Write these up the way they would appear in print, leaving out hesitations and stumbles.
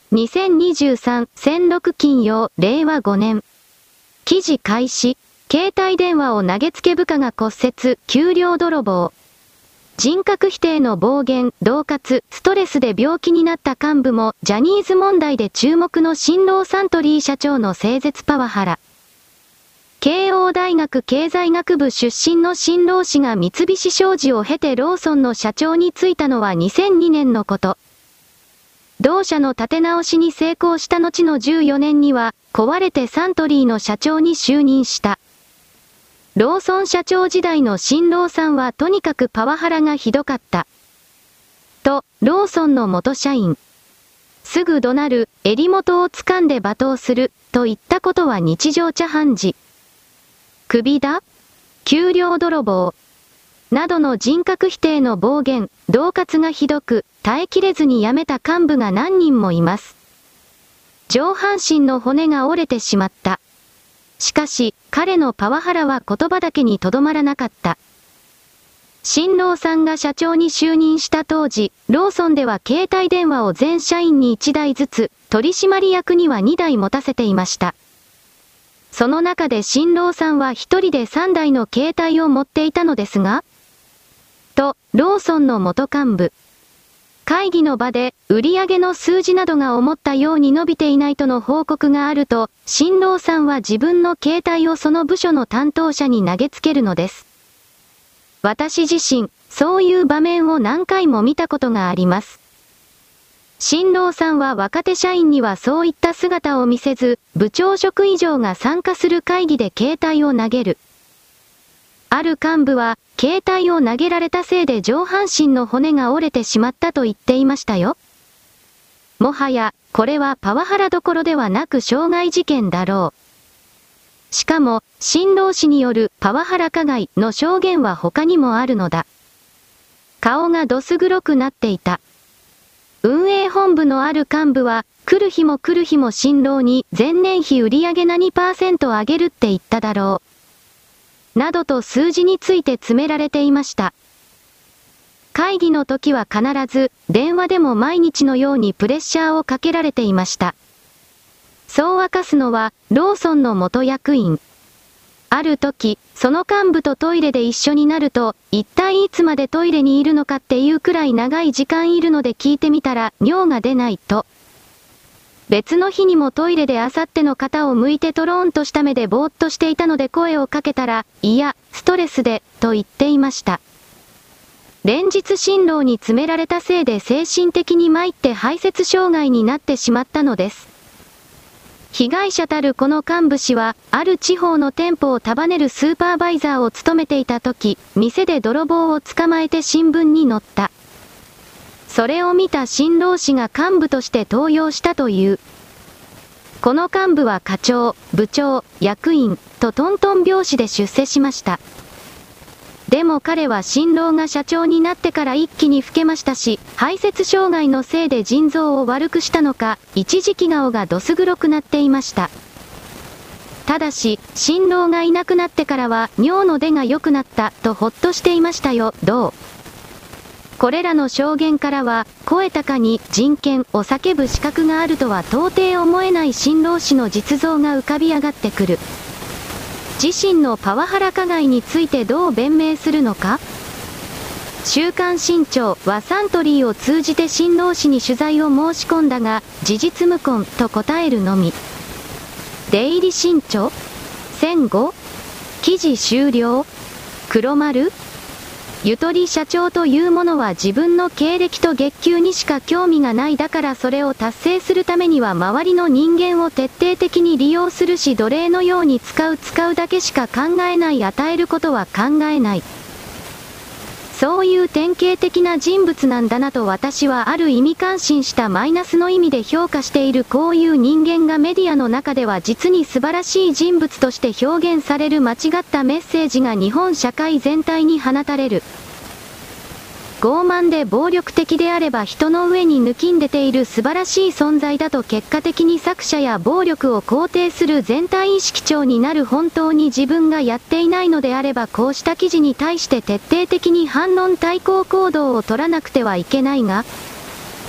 2023戦6金曜令和5年。記事開始。携帯電話を投げつけ部下が骨折、給料泥棒。人格否定の暴言、恫喝、ストレスで病気になった幹部も、ジャニーズ問題で注目の新労サントリー社長の整絶パワハラ。慶応大学経済学部出身の新労氏が三菱商事を経てローソンの社長に就いたのは2002年のこと。同社の立て直しに成功した後の14年には、壊れてサントリーの社長に就任した。ローソン社長時代の新労さんはとにかくパワハラがひどかった。と、ローソンの元社員。すぐ怒鳴る、襟元を掴んで罵倒する、といったことは日常茶飯事。首だ？給料泥棒。などの人格否定の暴言、恫喝がひどく、耐えきれずに辞めた幹部が何人もいます。上半身の骨が折れてしまった。しかし、彼のパワハラは言葉だけにとどまらなかった。新労さんが社長に就任した当時、ローソンでは携帯電話を全社員に1台ずつ、取締役には2台持たせていました。その中で新労さんは一人で3台の携帯を持っていたのですが、と、ローソンの元幹部。会議の場で、売上の数字などが思ったように伸びていないとの報告があると、新労さんは自分の携帯をその部署の担当者に投げつけるのです。私自身、そういう場面を何回も見たことがあります。新労さんは若手社員にはそういった姿を見せず、部長職以上が参加する会議で携帯を投げる。ある幹部は、携帯を投げられたせいで上半身の骨が折れてしまったと言っていましたよ。もはや、これはパワハラどころではなく傷害事件だろう。しかも、新労氏によるパワハラ加害の証言は他にもあるのだ。顔がどす黒くなっていた。運営本部のある幹部は、来る日も来る日も新労に前年比売上何%上げるって言っただろう。などと数字について詰められていました。会議の時は必ず、電話でも毎日のようにプレッシャーをかけられていました。そう明かすのは、ローソンの元役員。ある時、その幹部とトイレで一緒になると、一体いつまでトイレにいるのかっていうくらい長い時間いるので聞いてみたら、尿が出ないと。別の日にもトイレであさっての肩を向いてトローンとした目でぼーっとしていたので声をかけたら、いや、ストレスで、と言っていました。連日新労に詰められたせいで精神的に参って排泄障害になってしまったのです。被害者たるこの幹部氏は、ある地方の店舗を束ねるスーパーバイザーを務めていた時、店で泥棒を捕まえて新聞に載った。それを見た新労氏が幹部として登用したという。この幹部は課長、部長、役員、とトントン拍子で出世しました。でも彼は新労が社長になってから一気に老けましたし、排泄障害のせいで腎臓を悪くしたのか、一時期顔がどす黒くなっていました。ただし、新労がいなくなってからは尿の出が良くなったとほっとしていましたよ、どう？これらの証言からは、声高に人権を叫ぶ資格があるとは到底思えない新労氏の実像が浮かび上がってくる。自身のパワハラ加害についてどう弁明するのか？週刊新潮はサントリーを通じて新労氏に取材を申し込んだが、事実無根と答えるのみ。デイリ新潮1005？記事終了？黒丸？ゆとり社長というものは自分の経歴と月給にしか興味がない。だからそれを達成するためには周りの人間を徹底的に利用するし、奴隷のように使うだけしか考えない。与えることは考えない。そういう典型的な人物なんだなと私はある意味感心した。マイナスの意味で評価しているこういう人間がメディアの中では実に素晴らしい人物として表現される。間違ったメッセージが日本社会全体に放たれる。傲慢で暴力的であれば人の上に抜きんでている素晴らしい存在だと結果的に作者や暴力を肯定する全体意識調になる。本当に自分がやっていないのであればこうした記事に対して徹底的に反論対抗行動を取らなくてはいけないが、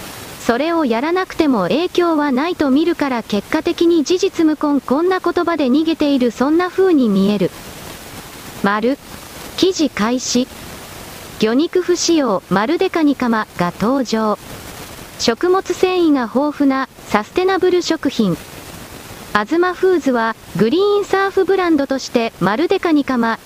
それをやらなくても影響はないと見るから結果的に事実無根こんな言葉で逃げているそんな風に見える。記事開始。魚肉不使用丸デカニカマが登場。食物繊維が豊富なサステナブル食品。アズマフーズはグリーンサーフブランドとして丸デカニカマ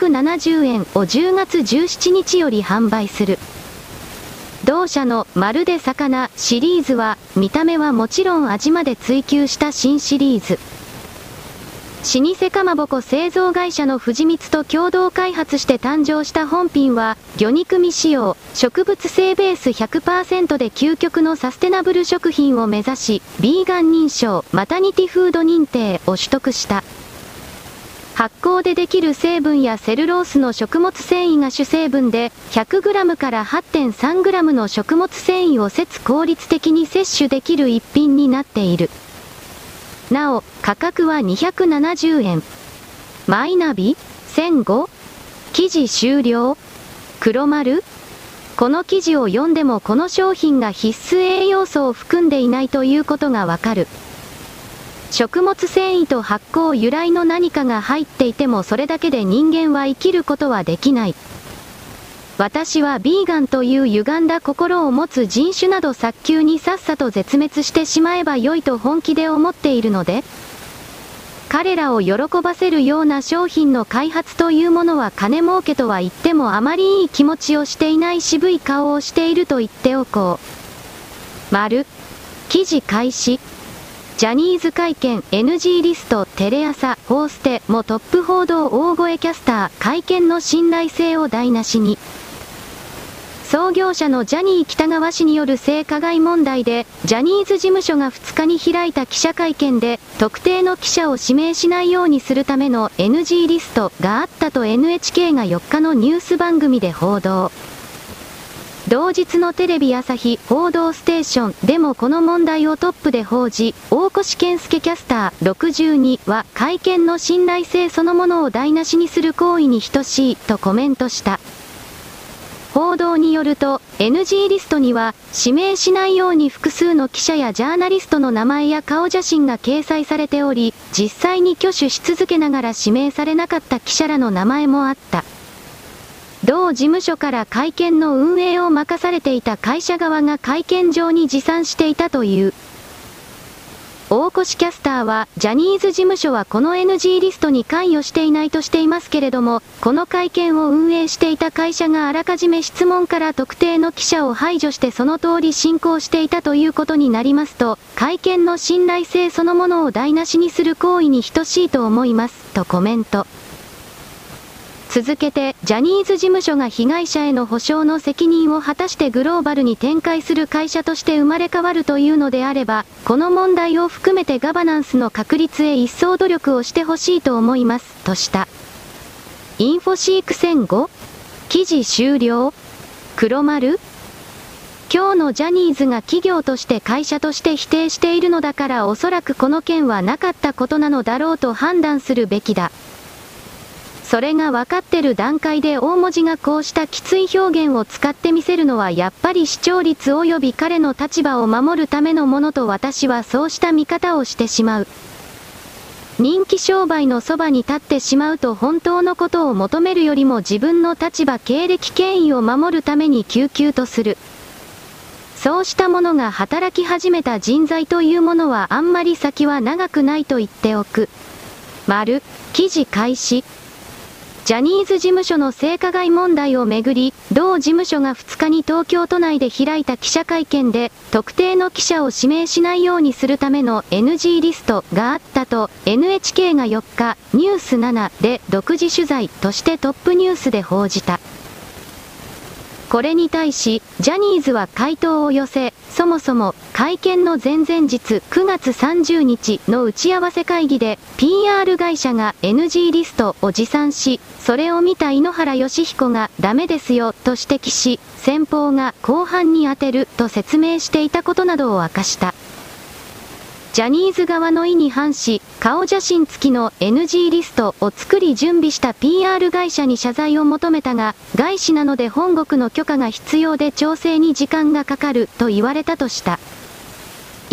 270円を10月17日より販売する。同社のまるで魚シリーズは見た目はもちろん味まで追求した新シリーズ。老舗かまぼこ製造会社の藤光と共同開発して誕生した本品は魚肉未使用植物性ベース 100% で究極のサステナブル食品を目指しビーガン認証マタニティフード認定を取得した。発酵でできる成分やセルロースの食物繊維が主成分で 100g から 8.3g の食物繊維を効率的に摂取できる一品になっている。なお、価格は270円。マイナビ 1005？ 記事終了。黒丸？この記事を読んでもこの商品が必須栄養素を含んでいないということがわかる。食物繊維と発酵由来の何かが入っていてもそれだけで人間は生きることはできない。私はビーガンという歪んだ心を持つ人種など早急にさっさと絶滅してしまえば良いと本気で思っているので、彼らを喜ばせるような商品の開発というものは金儲けとは言ってもあまりいい気持ちをしていない渋い顔をしていると言っておこう。記事開始。ジャニーズ会見 NG リストテレ朝報ステもトップ報道大声キャスター会見の信頼性を台無しに。創業者のジャニー喜多川氏による性加害問題で、ジャニーズ事務所が2日に開いた記者会見で、特定の記者を指名しないようにするための NG リストがあったと NHK が4日のニュース番組で報道。同日のテレビ朝日報道ステーションでもこの問題をトップで報じ、大越健介キャスター62は会見の信頼性そのものを台無しにする行為に等しいとコメントした。報道によると、NG リストには、指名しないように複数の記者やジャーナリストの名前や顔写真が掲載されており、実際に挙手し続けながら指名されなかった記者らの名前もあった。同事務所から会見の運営を任されていた会社側が会見場に持参していたという。大越キャスターは、ジャニーズ事務所はこの NG リストに関与していないとしていますけれども、この会見を運営していた会社があらかじめ質問から特定の記者を排除してその通り進行していたということになりますと、会見の信頼性そのものを台無しにする行為に等しいと思います、とコメント。続けて、ジャニーズ事務所が被害者への補償の責任を果たしてグローバルに展開する会社として生まれ変わるというのであれば、この問題を含めてガバナンスの確立へ一層努力をしてほしいと思います、とした。インフォシーク1005？記事終了？黒丸？今日のジャニーズが企業として会社として否定しているのだからおそらくこの件はなかったことなのだろうと判断するべきだ。それが分かってる段階で大文字がこうしたきつい表現を使ってみせるのはやっぱり視聴率及び彼の立場を守るためのものと私はそうした見方をしてしまう。人気商売のそばに立ってしまうと本当のことを求めるよりも自分の立場経歴権威を守るために救急とする。そうしたものが働き始めた人材というものはあんまり先は長くないと言っておく。記事開始。ジャニーズ事務所の性加害問題をめぐり、同事務所が2日に東京都内で開いた記者会見で、特定の記者を指名しないようにするための NG リストがあったと、NHK が4日、ニュース7で独自取材としてトップニュースで報じた。これに対し、ジャニーズは回答を寄せ、そもそも、会見の前々日9月30日の打ち合わせ会議で、PR 会社が NG リストを持参し、それを見た井ノ原快彦がダメですよと指摘し、先方が後半に当てると説明していたことなどを明かした。ジャニーズ側の意に反し、顔写真付きの NG リストを作り準備した PR 会社に謝罪を求めたが、外資なので本国の許可が必要で調整に時間がかかると言われたとした。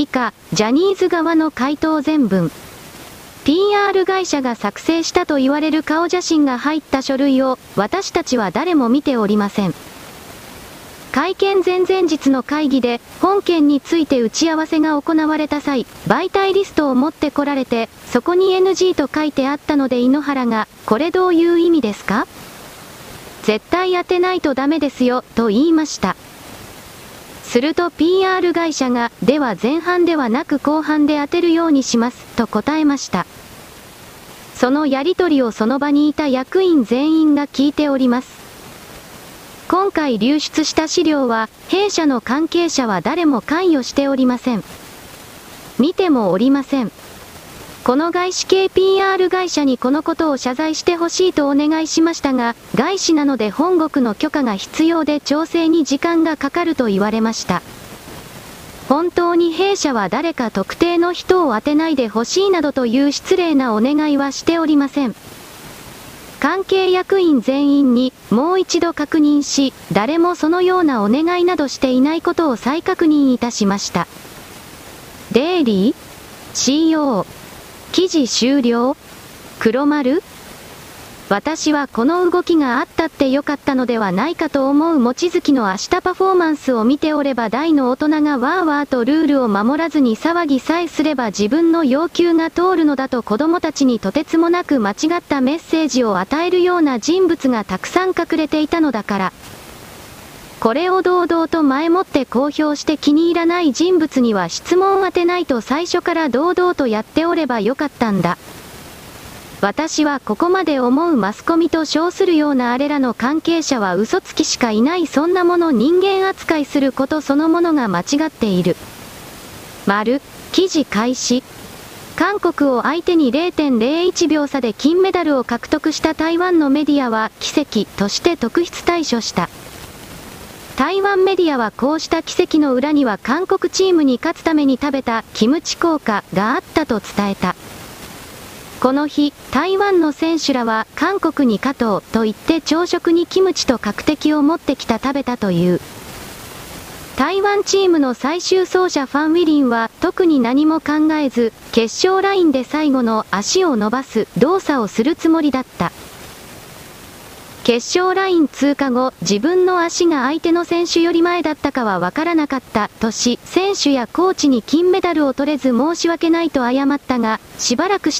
以下、ジャニーズ側の回答全文。PR 会社が作成したと言われる顔写真が入った書類を、私たちは誰も見ておりません。会見前々日の会議で、本件について打ち合わせが行われた際、媒体リストを持ってこられて、そこに NG と書いてあったので井ノ原が、これどういう意味ですか？絶対当てないとダメですよ、と言いました。すると PR 会社が、では前半ではなく後半で当てるようにします、と答えました。そのやりとりをその場にいた役員全員が聞いております。今回流出した資料は、弊社の関係者は誰も関与しておりません。見てもおりません。この外資系 PR 会社にこのことを謝罪してほしいとお願いしましたが、外資なので本国の許可が必要で調整に時間がかかると言われました。本当に弊社は誰か特定の人を当てないでほしいなどという失礼なお願いはしておりません。関係役員全員にもう一度確認し、誰もそのようなお願いなどしていないことを再確認いたしました。デイリー CO 記事終了黒丸私はこの動きがあったってよかったのではないかと思う望月の明日パフォーマンスを見ておれば大の大人がわーわーとルールを守らずに騒ぎさえすれば自分の要求が通るのだと子供たちにとてつもなく間違ったメッセージを与えるような人物がたくさん隠れていたのだから。これを堂々と前もって公表して気に入らない人物には質問を当てないと最初から堂々とやっておればよかったんだ。私はここまで思うマスコミと称するようなあれらの関係者は嘘つきしかいないそんなもの人間扱いすることそのものが間違っている。記事開始。韓国を相手に 0.01 秒差で金メダルを獲得した台湾のメディアは奇跡として特筆対処した。台湾メディアはこうした奇跡の裏には韓国チームに勝つために食べたキムチ効果があったと伝えた。この日、台湾の選手らは韓国に勝とうと言って朝食にキムチと角的を持ってきた食べたという。台湾チームの最終走者ファン・ウィリンは特に何も考えず、決勝ラインで最後の足を伸ばす動作をするつもりだった。決勝ライン通過後、自分の足が相手の選手より前だったかはわからなかったとし、選手やコーチに金メダルを取れず申し訳ないと謝ったが、しばらくして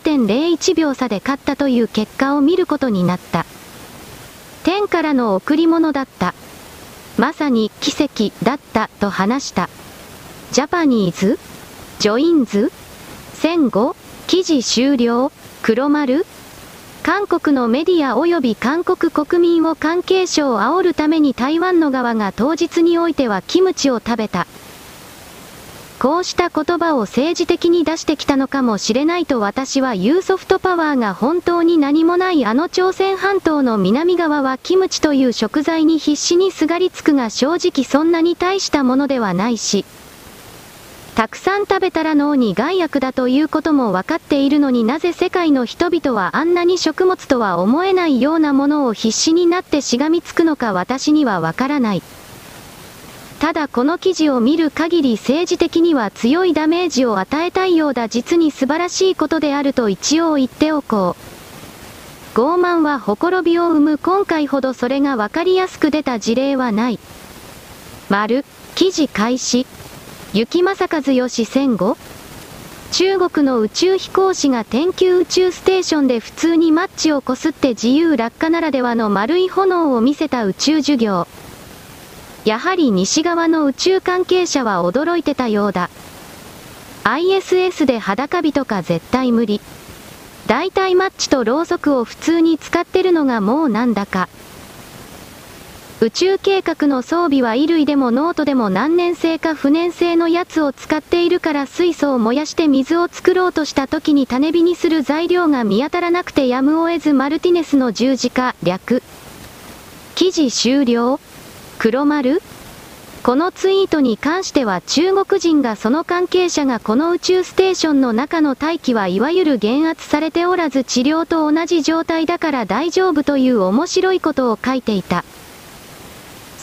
0.01 秒差で勝ったという結果を見ることになった。天からの贈り物だった。まさに奇跡だったと話した。ジャパニーズジョインズ戦後記事終了黒丸韓国のメディア及び韓国国民を関係者を煽るために台湾の側が当日においてはキムチを食べた。こうした言葉を政治的に出してきたのかもしれないと私は言うソフトパワーが本当に何もないあの朝鮮半島の南側はキムチという食材に必死にすがりつくが正直そんなに大したものではないし。たくさん食べたら脳に害悪だということも分かっているのになぜ世界の人々はあんなに食物とは思えないようなものを必死になってしがみつくのか私には分からない。ただこの記事を見る限り政治的には強いダメージを与えたいようだ実に素晴らしいことであると一応言っておこう。傲慢はほころびを生む今回ほどそれが分かりやすく出た事例はない。記事開始。雪正和よし戦後中国の宇宙飛行士が天宮宇宙ステーションで普通にマッチをこすって自由落下ならではの丸い炎を見せた宇宙授業。やはり西側の宇宙関係者は驚いてたようだ。ISS で裸火とか絶対無理。だいたいマッチとろうそくを普通に使ってるのがもうなんだか。宇宙計画の装備は衣類でもノートでも何年製か不燃製のやつを使っているから水素を燃やして水を作ろうとした時に種火にする材料が見当たらなくてやむを得ずマルティネスの十字架略。記事終了黒丸このツイートに関しては中国人がその関係者がこの宇宙ステーションの中の大気はいわゆる減圧されておらず治療と同じ状態だから大丈夫という面白いことを書いていた。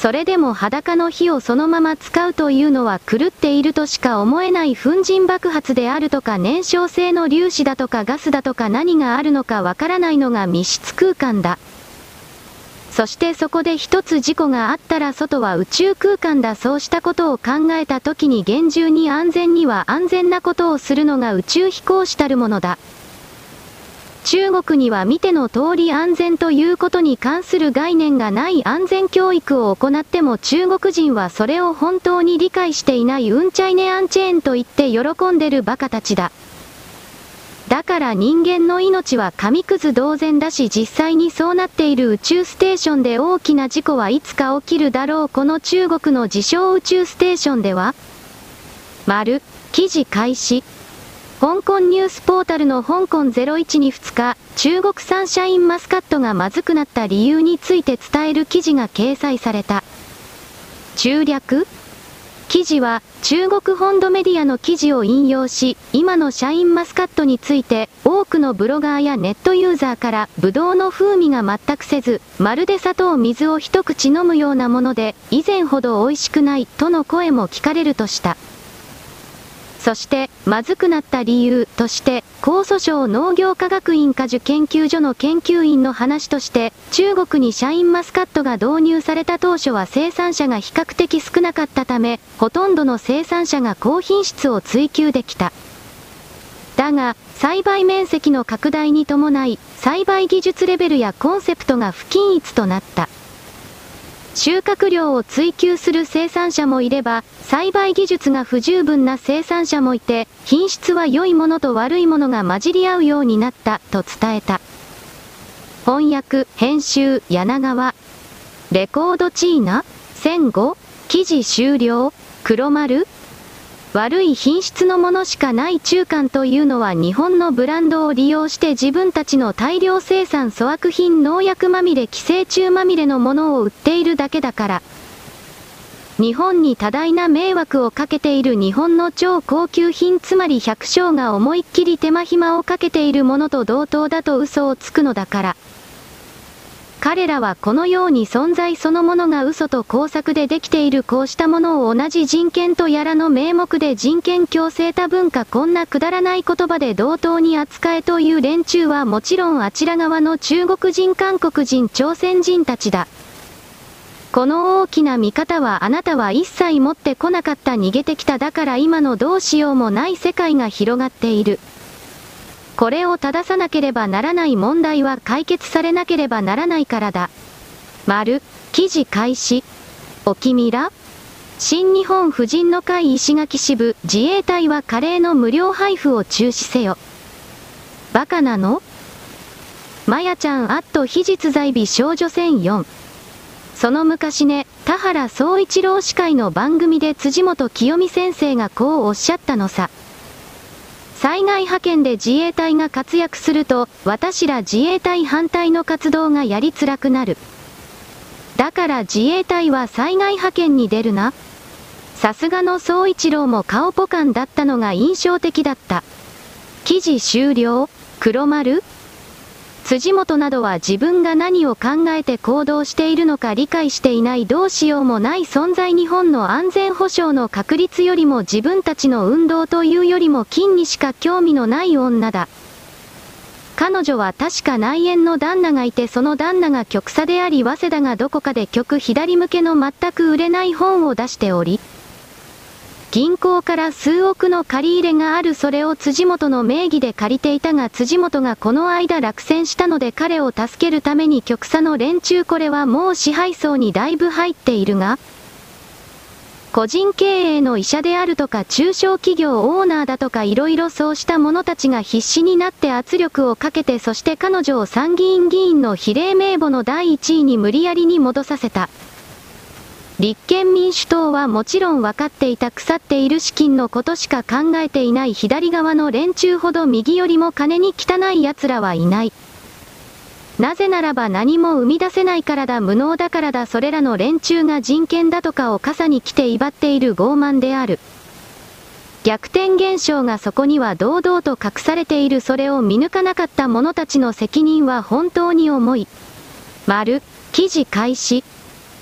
それでも裸の火をそのまま使うというのは狂っているとしか思えない粉塵爆発であるとか燃焼性の粒子だとかガスだとか何があるのかわからないのが密室空間だ。そしてそこで一つ事故があったら外は宇宙空間だ。そうしたことを考えた時に厳重に安全には安全なことをするのが宇宙飛行士たるものだ。中国には見ての通り安全ということに関する概念がない安全教育を行っても中国人はそれを本当に理解していないうんちゃいねあんちぇんと言って喜んでるバカたちだ。だから人間の命は紙くず同然だし実際にそうなっている宇宙ステーションで大きな事故はいつか起きるだろう。この中国の自称宇宙ステーションでは記事開始。香港ニュースポータルの香港01に2日、中国産シャインマスカットがまずくなった理由について伝える記事が掲載された。中略？記事は中国本土メディアの記事を引用し、今のシャインマスカットについて多くのブロガーやネットユーザーからブドウの風味が全くせず、まるで砂糖水を一口飲むようなもので、以前ほど美味しくないとの声も聞かれるとした。そして、まずくなった理由として、江蘇省農業科学院果樹研究所の研究員の話として、中国にシャインマスカットが導入された当初は生産者が比較的少なかったため、ほとんどの生産者が高品質を追求できた。だが、栽培面積の拡大に伴い、栽培技術レベルやコンセプトが不均一となった。収穫量を追求する生産者もいれば、栽培技術が不十分な生産者もいて、品質は良いものと悪いものが混じり合うようになった、と伝えた。翻訳、編集、柳川。レコードチーナ ?1005? 記事終了黒丸悪い品質のものしかない中間というのは日本のブランドを利用して自分たちの大量生産粗悪品農薬まみれ寄生虫まみれのものを売っているだけだから。日本に多大な迷惑をかけている日本の超高級品つまり百姓が思いっきり手間暇をかけているものと同等だと嘘をつくのだから。彼らはこのように存在そのものが嘘と工作でできているこうしたものを同じ人権とやらの名目で人権強制多文化こんなくだらない言葉で同等に扱えという連中はもちろんあちら側の中国人韓国人朝鮮人たちだ。この大きな見方はあなたは一切持ってこなかった逃げてきただから今のどうしようもない世界が広がっている。これを正さなければならない問題は解決されなければならないからだ。記事開始。おきみら？新日本婦人の会石垣支部自衛隊はカレーの無料配布を中止せよ。バカなの？まやちゃん非実在日少女戦4。その昔ね、田原総一郎司会の番組で辻元清美先生がこうおっしゃったのさ。災害派遣で自衛隊が活躍すると、私ら自衛隊反対の活動がやりづらくなる。だから自衛隊は災害派遣に出るな。さすがの総一郎も顔ポカンだったのが印象的だった。記事終了。黒丸？辻元などは自分が何を考えて行動しているのか理解していないどうしようもない存在日本の安全保障の確立よりも自分たちの運動というよりも金にしか興味のない女だ。彼女は確か内縁の旦那がいてその旦那が局差であり早稲田がどこかで極左向けの全く売れない本を出しており、銀行から数億の借り入れがあるそれを辻元の名義で借りていたが辻元がこの間落選したので彼を助けるために局差の連中これはもう支配層にだいぶ入っているが、個人経営の医者であるとか中小企業オーナーだとかいろいろそうした者たちが必死になって圧力をかけてそして彼女を参議院議員の比例名簿の第1位に無理やりに戻させた。立憲民主党はもちろん分かっていた腐っている資金のことしか考えていない左側の連中ほど右よりも金に汚い奴らはいない。なぜならば何も生み出せないからだ無能だからだそれらの連中が人権だとかを傘に来て威張っている傲慢である。逆転現象がそこには堂々と隠されているそれを見抜かなかった者たちの責任は本当に重い。記事開始。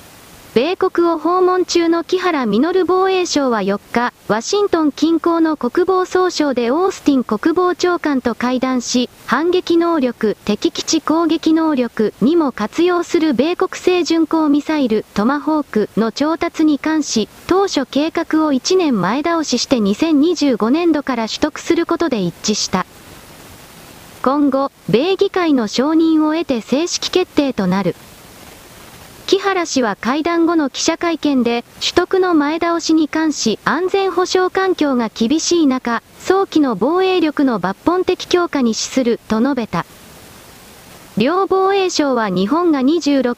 米国を訪問中の木原稔防衛相は4日、ワシントン近郊の国防総省でオースティン国防長官と会談し、反撃能力、敵基地攻撃能力にも活用する米国製巡航ミサイルトマホークの調達に関し、当初計画を1年前倒しして2025年度から取得することで一致した。今後、米議会の承認を得て正式決定となる。木原氏は会談後の記者会見で、取得の前倒しに関し安全保障環境が厳しい中、早期の防衛力の抜本的強化に資すると述べた。両防衛省は日本が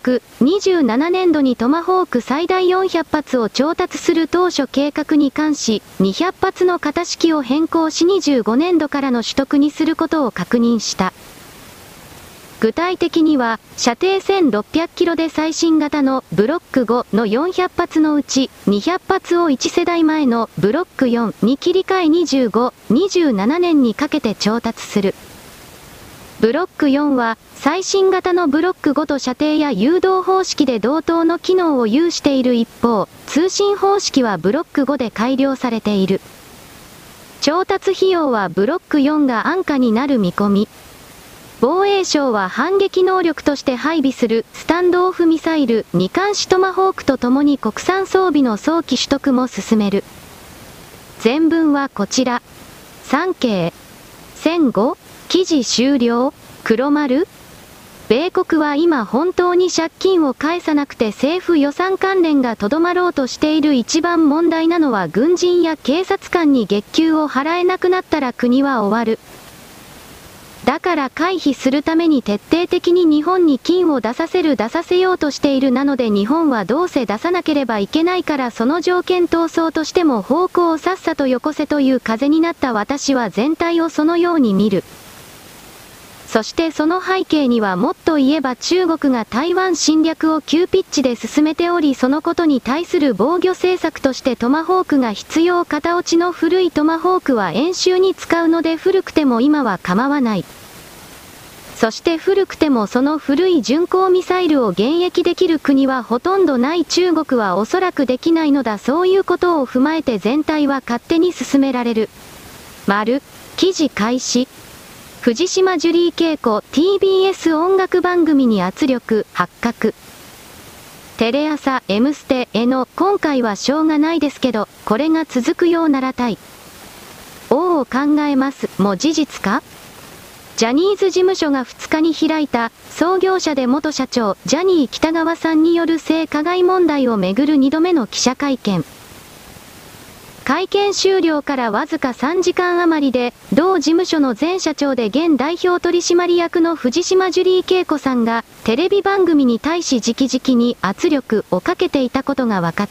26、27年度にトマホーク最大400発を調達する当初計画に関し、200発の型式を変更し25年度からの取得にすることを確認した。具体的には、射程1600キロで最新型のブロック5の400発のうち、200発を1世代前のブロック4に切り替え25、27年にかけて調達する。ブロック4は、最新型のブロック5と射程や誘導方式で同等の機能を有している一方、通信方式はブロック5で改良されている。調達費用はブロック4が安価になる見込み。防衛省は反撃能力として配備するスタンドオフミサイル2艦種トマホークとともに国産装備の早期取得も進める。全文はこちら。産経。1005、記事終了。黒丸。米国は今本当に借金を返さなくて政府予算関連がとどまろうとしている一番問題なのは軍人や警察官に月給を払えなくなったら国は終わる。だから回避するために徹底的に日本に金を出させようとしている。なので日本はどうせ出さなければいけないからその条件闘争としても方向をさっさとよこせという風になった私は全体をそのように見る。そしてその背景にはもっと言えば中国が台湾侵略を急ピッチで進めておりそのことに対する防御政策としてトマホークが必要。型落ちの古いトマホークは演習に使うので古くても今は構わない。そして古くてもその古い巡航ミサイルを現役できる国はほとんどない。中国はおそらくできないのだ。そういうことを踏まえて全体は勝手に進められる。記事開始。藤島ジュリー景子 TBS 音楽番組に圧力発覚。テレ朝 M ステへの今回はしょうがないですけど、これが続くようならたい。考えますも事実か？ジャニーズ事務所が2日に開いた創業者で元社長ジャニー喜多川さんによる性加害問題をめぐる2度目の記者会見。会見終了からわずか3時間余りで、同事務所の前社長で現代表取締役の藤島ジュリー景子さんが、テレビ番組に対し直々に圧力をかけていたことが分かった。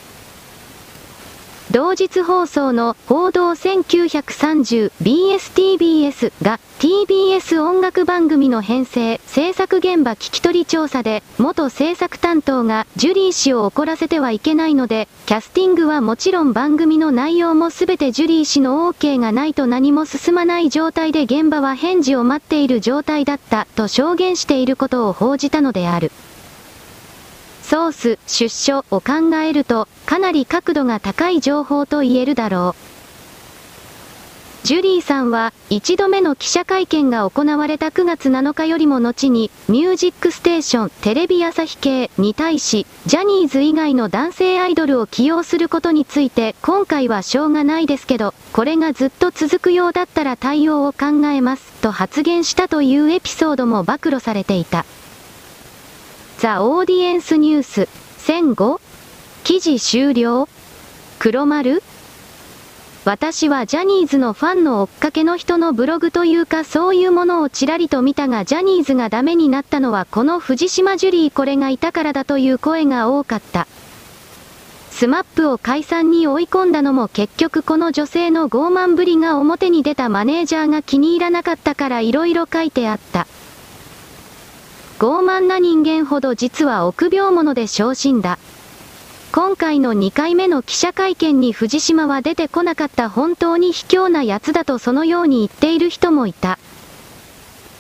同日放送の報道 1930BSTBS が TBS 音楽番組の編成、制作現場聞き取り調査で、元制作担当がジュリー氏を怒らせてはいけないので、キャスティングはもちろん番組の内容もすべてジュリー氏の OK がないと何も進まない状態で現場は返事を待っている状態だったと証言していることを報じたのである。ソース、出所を考えると、かなり角度が高い情報と言えるだろう。ジュリーさんは、1度目の記者会見が行われた9月7日よりも後に、ミュージックステーション、テレビ朝日系に対し、ジャニーズ以外の男性アイドルを起用することについて、今回はしょうがないですけど、これがずっと続くようだったら対応を考えます、と発言したというエピソードも暴露されていた。ザ・オーディエンスニュース、1005? 記事終了？黒丸？私はジャニーズのファンの追っかけの人のブログというかそういうものをちらりと見たがジャニーズがダメになったのはこの藤島ジュリーこれがいたからだという声が多かった。スマップを解散に追い込んだのも結局この女性の傲慢ぶりが表に出たマネージャーが気に入らなかったから色々書いてあった。傲慢な人間ほど実は臆病者で小心だ。今回の2回目の記者会見に藤島は出てこなかった本当に卑怯なやつだとそのように言っている人もいた。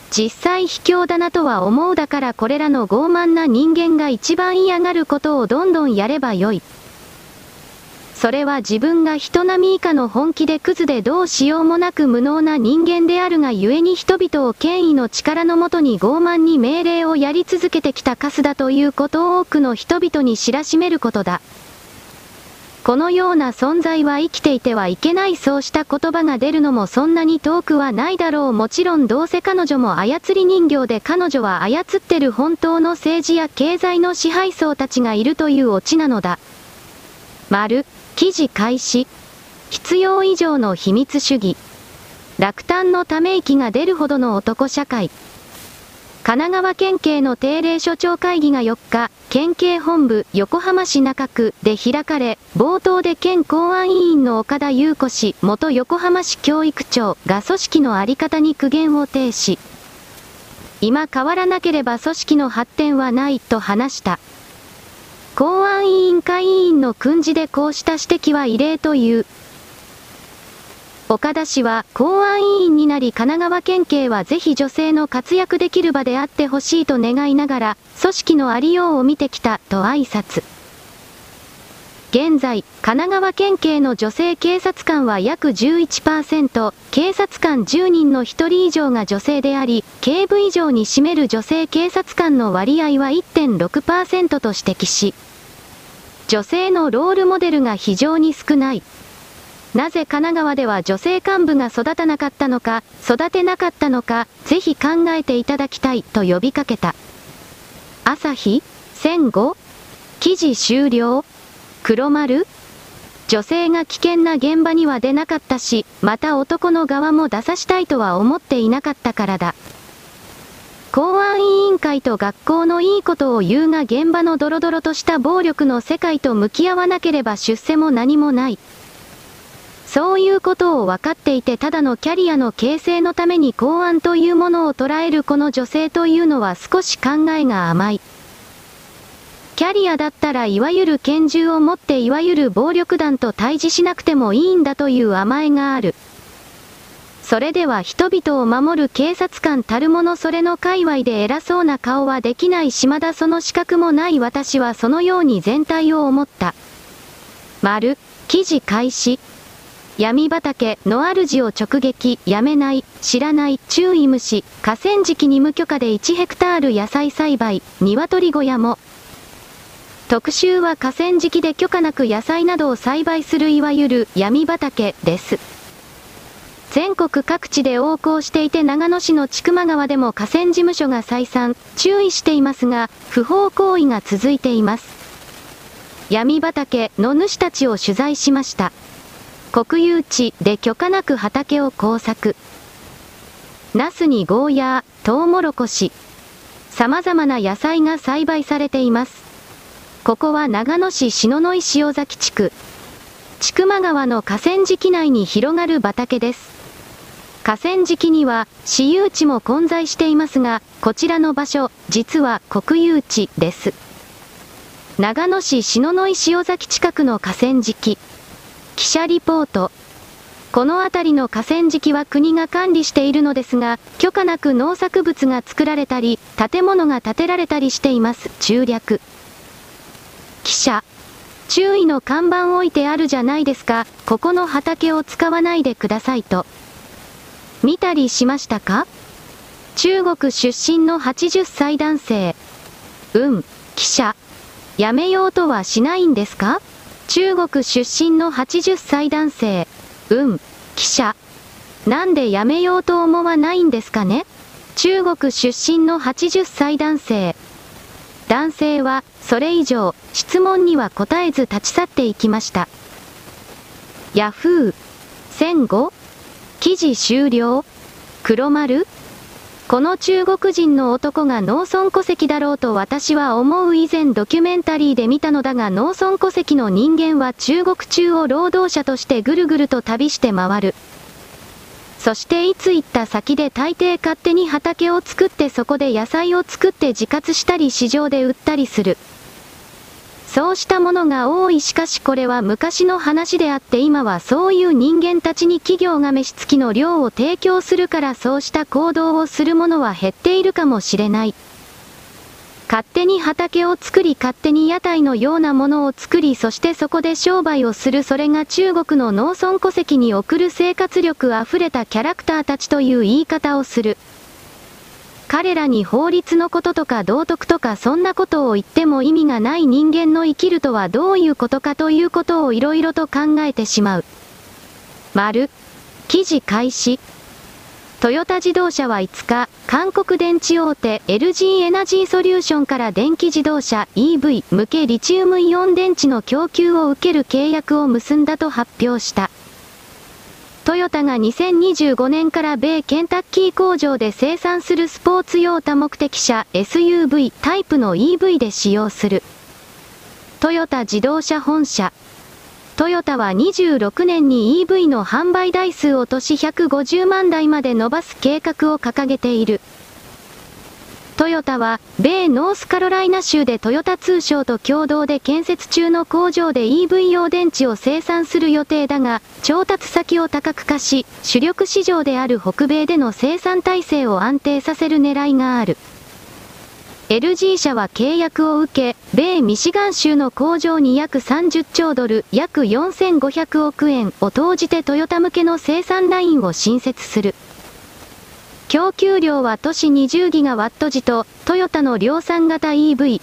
実際卑怯だなとは思う。だからこれらの傲慢な人間が一番嫌がることをどんどんやればよい。それは自分が人並み以下の本気でクズでどうしようもなく無能な人間であるがゆえに人々を権威の力のもとに傲慢に命令をやり続けてきたカスだということを多くの人々に知らしめることだ。このような存在は生きていてはいけない。そうした言葉が出るのもそんなに遠くはないだろう。もちろんどうせ彼女も操り人形で彼女は操ってる本当の政治や経済の支配層たちがいるというオチなのだ。記事開始。必要以上の秘密主義。落胆のため息が出るほどの男社会。神奈川県警の定例所長会議が4日、県警本部横浜市中区で開かれ、冒頭で県公安委員の岡田裕子氏、元横浜市教育長が組織のあり方に苦言を呈し、今変わらなければ組織の発展はないと話した。公安委員会委員の訓示でこうした指摘は異例という。岡田氏は公安委員になり神奈川県警はぜひ女性の活躍できる場であってほしいと願いながら、組織のありようを見てきたと挨拶。現在、神奈川県警の女性警察官は約 11%、警察官10人の1人以上が女性であり、警部以上に占める女性警察官の割合は 1.6% と指摘し、女性のロールモデルが非常に少ない。なぜ神奈川では女性幹部が育たなかったのか、育てなかったのか、ぜひ考えていただきたいと呼びかけた。朝日1005記事終了。黒丸女性が危険な現場には出なかったし、また男の側も出さしたいとは思っていなかったからだ。公安委員会と学校のいいことを言うが現場のドロドロとした暴力の世界と向き合わなければ出世も何もない。そういうことを分かっていてただのキャリアの形成のために公安というものを捉えるこの女性というのは少し考えが甘い。キャリアだったらいわゆる拳銃を持っていわゆる暴力団と対峙しなくてもいいんだという甘えがある。それでは人々を守る警察官たるものそれの界隈で偉そうな顔はできないしまだその資格もない私はそのように全体を思った。記事開始。闇畑の主を直撃、やめない、知らない、注意無視、河川敷に無許可で1ヘクタール野菜栽培、鶏小屋も。特集は河川敷で許可なく野菜などを栽培するいわゆる闇畑です。全国各地で横行していて長野市の千曲川でも河川事務所が再三注意していますが、不法行為が続いています。闇畑の主たちを取材しました。国有地で許可なく畑を耕作。ナスにゴーヤー、トウモロコシ。様々な野菜が栽培されています。ここは長野市篠ノ井塩崎地区。千曲川の河川敷内に広がる畑です。河川敷には私有地も混在していますが、こちらの場所、実は国有地です。長野市篠ノ井塩崎近くの河川敷。記者リポート。この辺りの河川敷は国が管理しているのですが、許可なく農作物が作られたり、建物が建てられたりしています。中略。記者。注意の看板置いてあるじゃないですか、ここの畑を使わないでくださいと。見たりしましたか？中国出身の80歳男性。記者。やめようとはしないんですか？中国出身の80歳男性。記者。なんでやめようと思わないんですかね？中国出身の80歳男性。男性は、それ以上、質問には答えず立ち去っていきました。ヤフー。1005。記事終了。黒丸。この中国人の男が農村戸籍だろうと私は思う。以前ドキュメンタリーで見たのだが農村戸籍の人間は中国中を労働者としてぐるぐると旅して回る。そしていつ行った先で大抵勝手に畑を作ってそこで野菜を作って自活したり市場で売ったりする。 そうしたものが多い。しかしこれは昔の話であって今はそういう人間たちに企業が飯付きの量を提供するからそうした行動をするものは減っているかもしれない。勝手に畑を作り勝手に屋台のようなものを作りそしてそこで商売をするそれが中国の農村戸籍に送る生活力あふれたキャラクターたちという言い方をする。彼らに法律のこととか道徳とかそんなことを言っても意味がない人間の生きるとはどういうことかということをいろいろと考えてしまう。記事開始。トヨタ自動車は5日、韓国電池大手 LG エナジーソリューションから電気自動車 EV 向けリチウムイオン電池の供給を受ける契約を結んだと発表した。トヨタが2025年から米ケンタッキー工場で生産するスポーツ用多目的車 SUV タイプの EV で使用する。トヨタ自動車本社。トヨタは26年に EV の販売台数を年150万台まで伸ばす計画を掲げている。トヨタは、米ノースカロライナ州でトヨタ通商と共同で建設中の工場で EV 用電池を生産する予定だが、調達先を多角化し、主力市場である北米での生産体制を安定させる狙いがある。LG 社は契約を受け、米ミシガン州の工場に約30兆ドル、約4500億円を投じてトヨタ向けの生産ラインを新設する。供給量は都市20ギガワット時と、トヨタの量産型 EV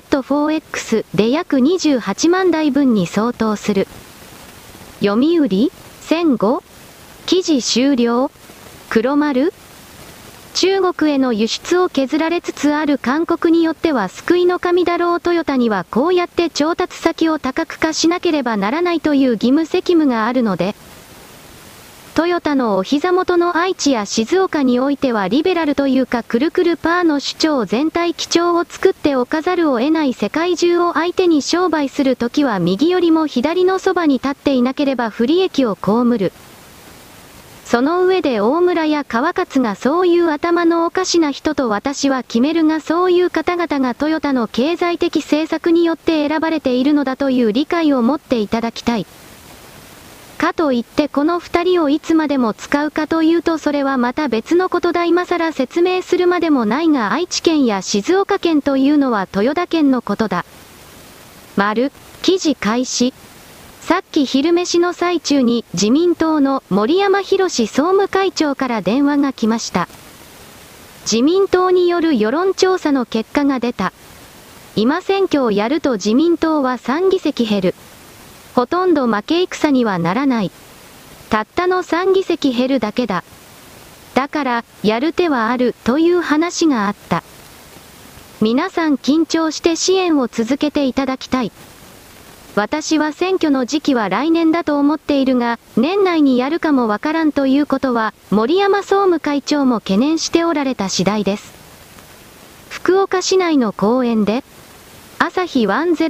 BZ4X で約28万台分に相当する。読売1005記事終了。黒丸中国への輸出を削られつつある韓国によっては救いの神だろう。トヨタにはこうやって調達先を多角化しなければならないという義務責務があるので、トヨタのお膝元の愛知や静岡においてはリベラルというかくるくるパーの主張全体基調を作っておかざるを得ない。世界中を相手に商売するときは右よりも左のそばに立っていなければ不利益を被る。その上で大村や川勝がそういう頭のおかしな人と私は決めるがそういう方々がトヨタの経済的政策によって選ばれているのだという理解を持っていただきたい。かといってこの二人をいつまでも使うかというとそれはまた別のことだ。今更説明するまでもないが愛知県や静岡県というのは豊田県のことだ。記事開始。さっき昼飯の最中に自民党の森山裕総務会長から電話が来ました。自民党による世論調査の結果が出た。今選挙をやると自民党は3議席減る。ほとんど負け戦にはならない。たったの3議席減るだけだ。だから、やる手はあるという話があった。皆さん緊張して支援を続けていただきたい。私は選挙の時期は来年だと思っているが、年内にやるかもわからんということは、森山総務会長も懸念しておられた次第です。福岡市内の公園で、朝日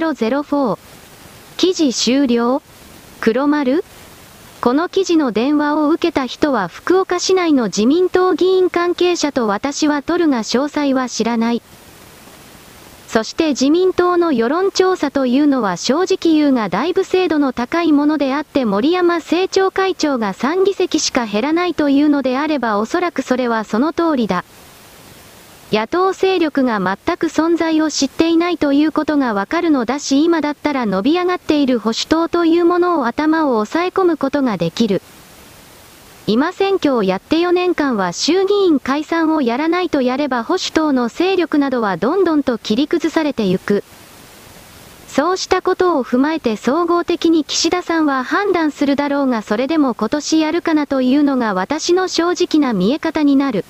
1004、記事終了。黒丸この記事の電話を受けた人は福岡市内の自民党議員関係者と私は取るが詳細は知らない。そして自民党の世論調査というのは正直言うがだいぶ精度の高いものであって森山政調会長が3議席しか減らないというのであればおそらくそれはその通りだ。野党勢力が全く存在を知っていないということがわかるのだし今だったら伸び上がっている保守党というものを頭を抑え込むことができる。今選挙をやって4年間は衆議院解散をやらないとやれば保守党の勢力などはどんどんと切り崩されてゆく。そうしたことを踏まえて総合的に岸田さんは判断するだろうがそれでも今年やるかなというのが私の正直な見え方になる。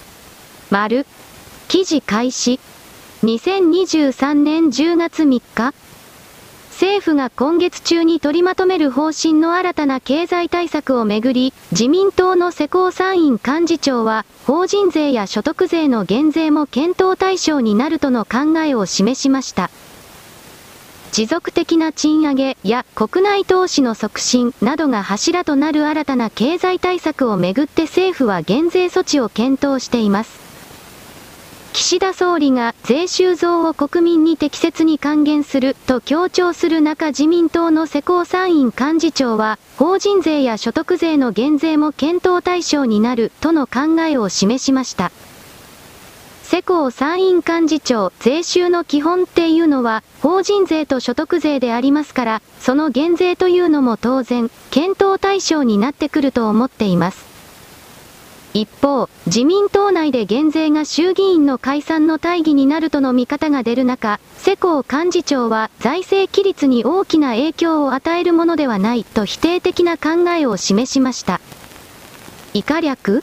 記事開始。2023年10月3日。政府が今月中に取りまとめる方針の新たな経済対策をめぐり、自民党の世耕参院幹事長は、法人税や所得税の減税も検討対象になるとの考えを示しました。持続的な賃上げや国内投資の促進などが柱となる新たな経済対策をめぐって政府は減税措置を検討しています。 岸田総理が税収増を国民に適切に還元すると強調する中、自民党の世耕参院幹事長は、法人税や所得税の減税も検討対象になるとの考えを示しました。世耕参院幹事長、税収の基本っていうのは、法人税と所得税でありますから、その減税というのも当然、検討対象になってくると思っています。一方、自民党内で減税が衆議院の解散の大義になるとの見方が出る中、世耕幹事長は財政規律に大きな影響を与えるものではないと否定的な考えを示しました。以下略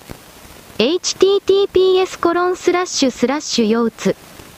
https:// 腰痛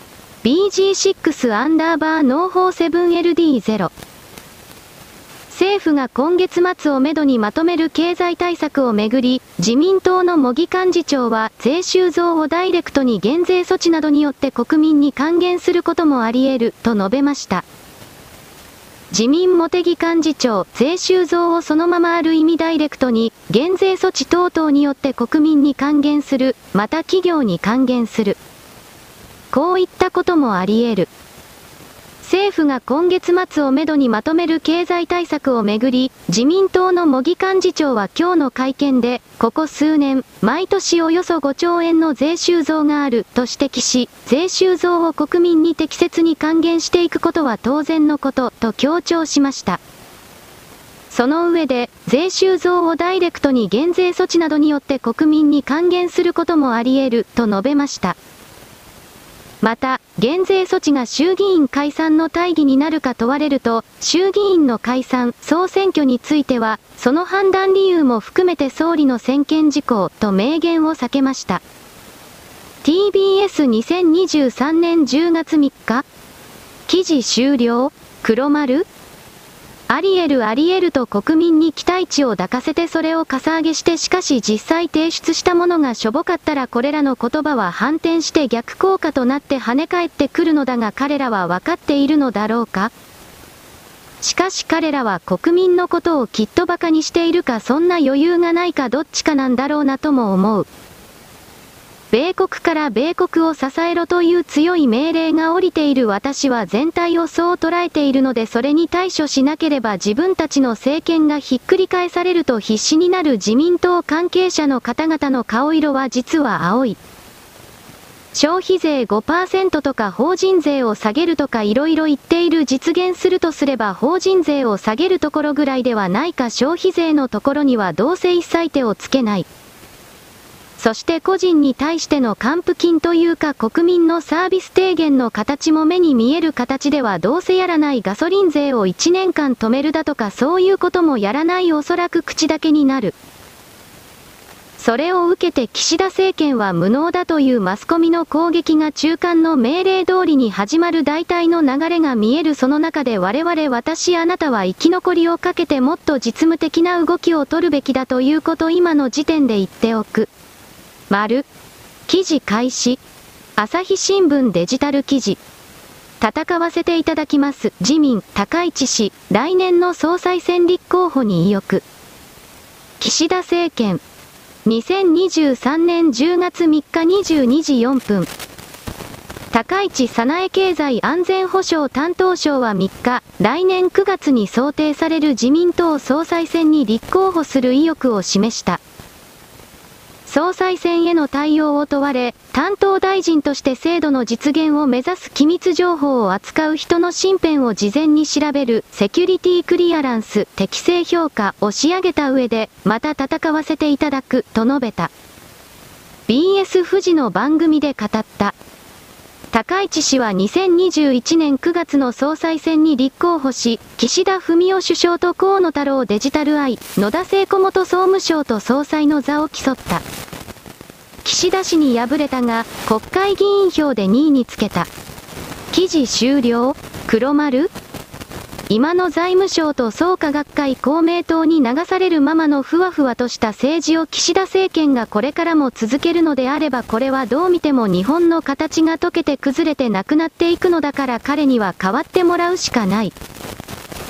bg6_7LD0 政府が今月末をめどにまとめる経済対策をめぐり、自民党の茂木幹事長は税収増をダイレクトに減税措置などによって国民に還元することもあり得ると述べました。自民茂木幹事長、税収増をそのままある意味ダイレクトに減税措置等々によって国民に還元する、また企業に還元する。こういったこともあり得る。政府が今月末をめどにまとめる経済対策をめぐり、自民党の茂木幹事長は今日の会見で、ここ数年、毎年およそ5兆円の税収増があると指摘し、税収増を国民に適切に還元していくことは当然のことと強調しました。その上で、税収増をダイレクトに減税措置などによって国民に還元することもあり得ると述べました。また、減税措置が衆議院解散の大義になるか問われると、衆議院の解散・総選挙については、その判断理由も含めて総理の専権事項と明言を避けました。TBS2023 年10月3日記事終了黒丸あり得ると国民に期待値を抱かせてそれをかさ上げしてしかし実際提出したものがしょぼかったらこれらの言葉は反転して逆効果となって跳ね返ってくるのだが彼らは分かっているのだろうか。しかし彼らは国民のことをきっと馬鹿にしているかそんな余裕がないかどっちかなんだろうなとも思う。米国から米国を支えろという強い命令が下りている私は全体をそう捉えているのでそれに対処しなければ自分たちの政権がひっくり返されると必死になる自民党関係者の方々の顔色は実は青い。消費税 5% とか法人税を下げるとかいろいろ言っている実現するとすれば法人税を下げるところぐらいではないか消費税のところにはどうせ一切手をつけない。そして個人に対しての還付金というか国民のサービス低減の形も目に見える形ではどうせやらないガソリン税を1年間止めるだとかそういうこともやらないおそらく口だけになる。それを受けて岸田政権は無能だというマスコミの攻撃が中間の命令通りに始まる大体の流れが見えるその中で私あなたは生き残りをかけてもっと実務的な動きを取るべきだということ今の時点で言っておく。記事開始。朝日新聞デジタル記事。戦わせていただきます。自民、高市氏、来年の総裁選立候補に意欲。岸田政権。2023年10月3日22時4分。高市早苗経済安全保障担当相は3日、来年9月に想定される自民党総裁選に立候補する意欲を示した。総裁選への対応を問われ、担当大臣として制度の実現を目指す機密情報を扱う人の身辺を事前に調べるセキュリティクリアランス適正評価を仕上げた上で、また戦わせていただくと述べた。BS 富士の番組で語った。高市氏は2021年9月の総裁選に立候補し、岸田文雄首相と河野太郎デジタルアイ、野田聖子元総務省と総裁の座を競った。岸田氏に敗れたが、国会議員票で2位につけた。記事終了黒丸今の財務省と創価学会公明党に流されるままのふわふわとした政治を岸田政権がこれからも続けるのであればこれはどう見ても日本の形が溶けて崩れてなくなっていくのだから彼には変わってもらうしかない。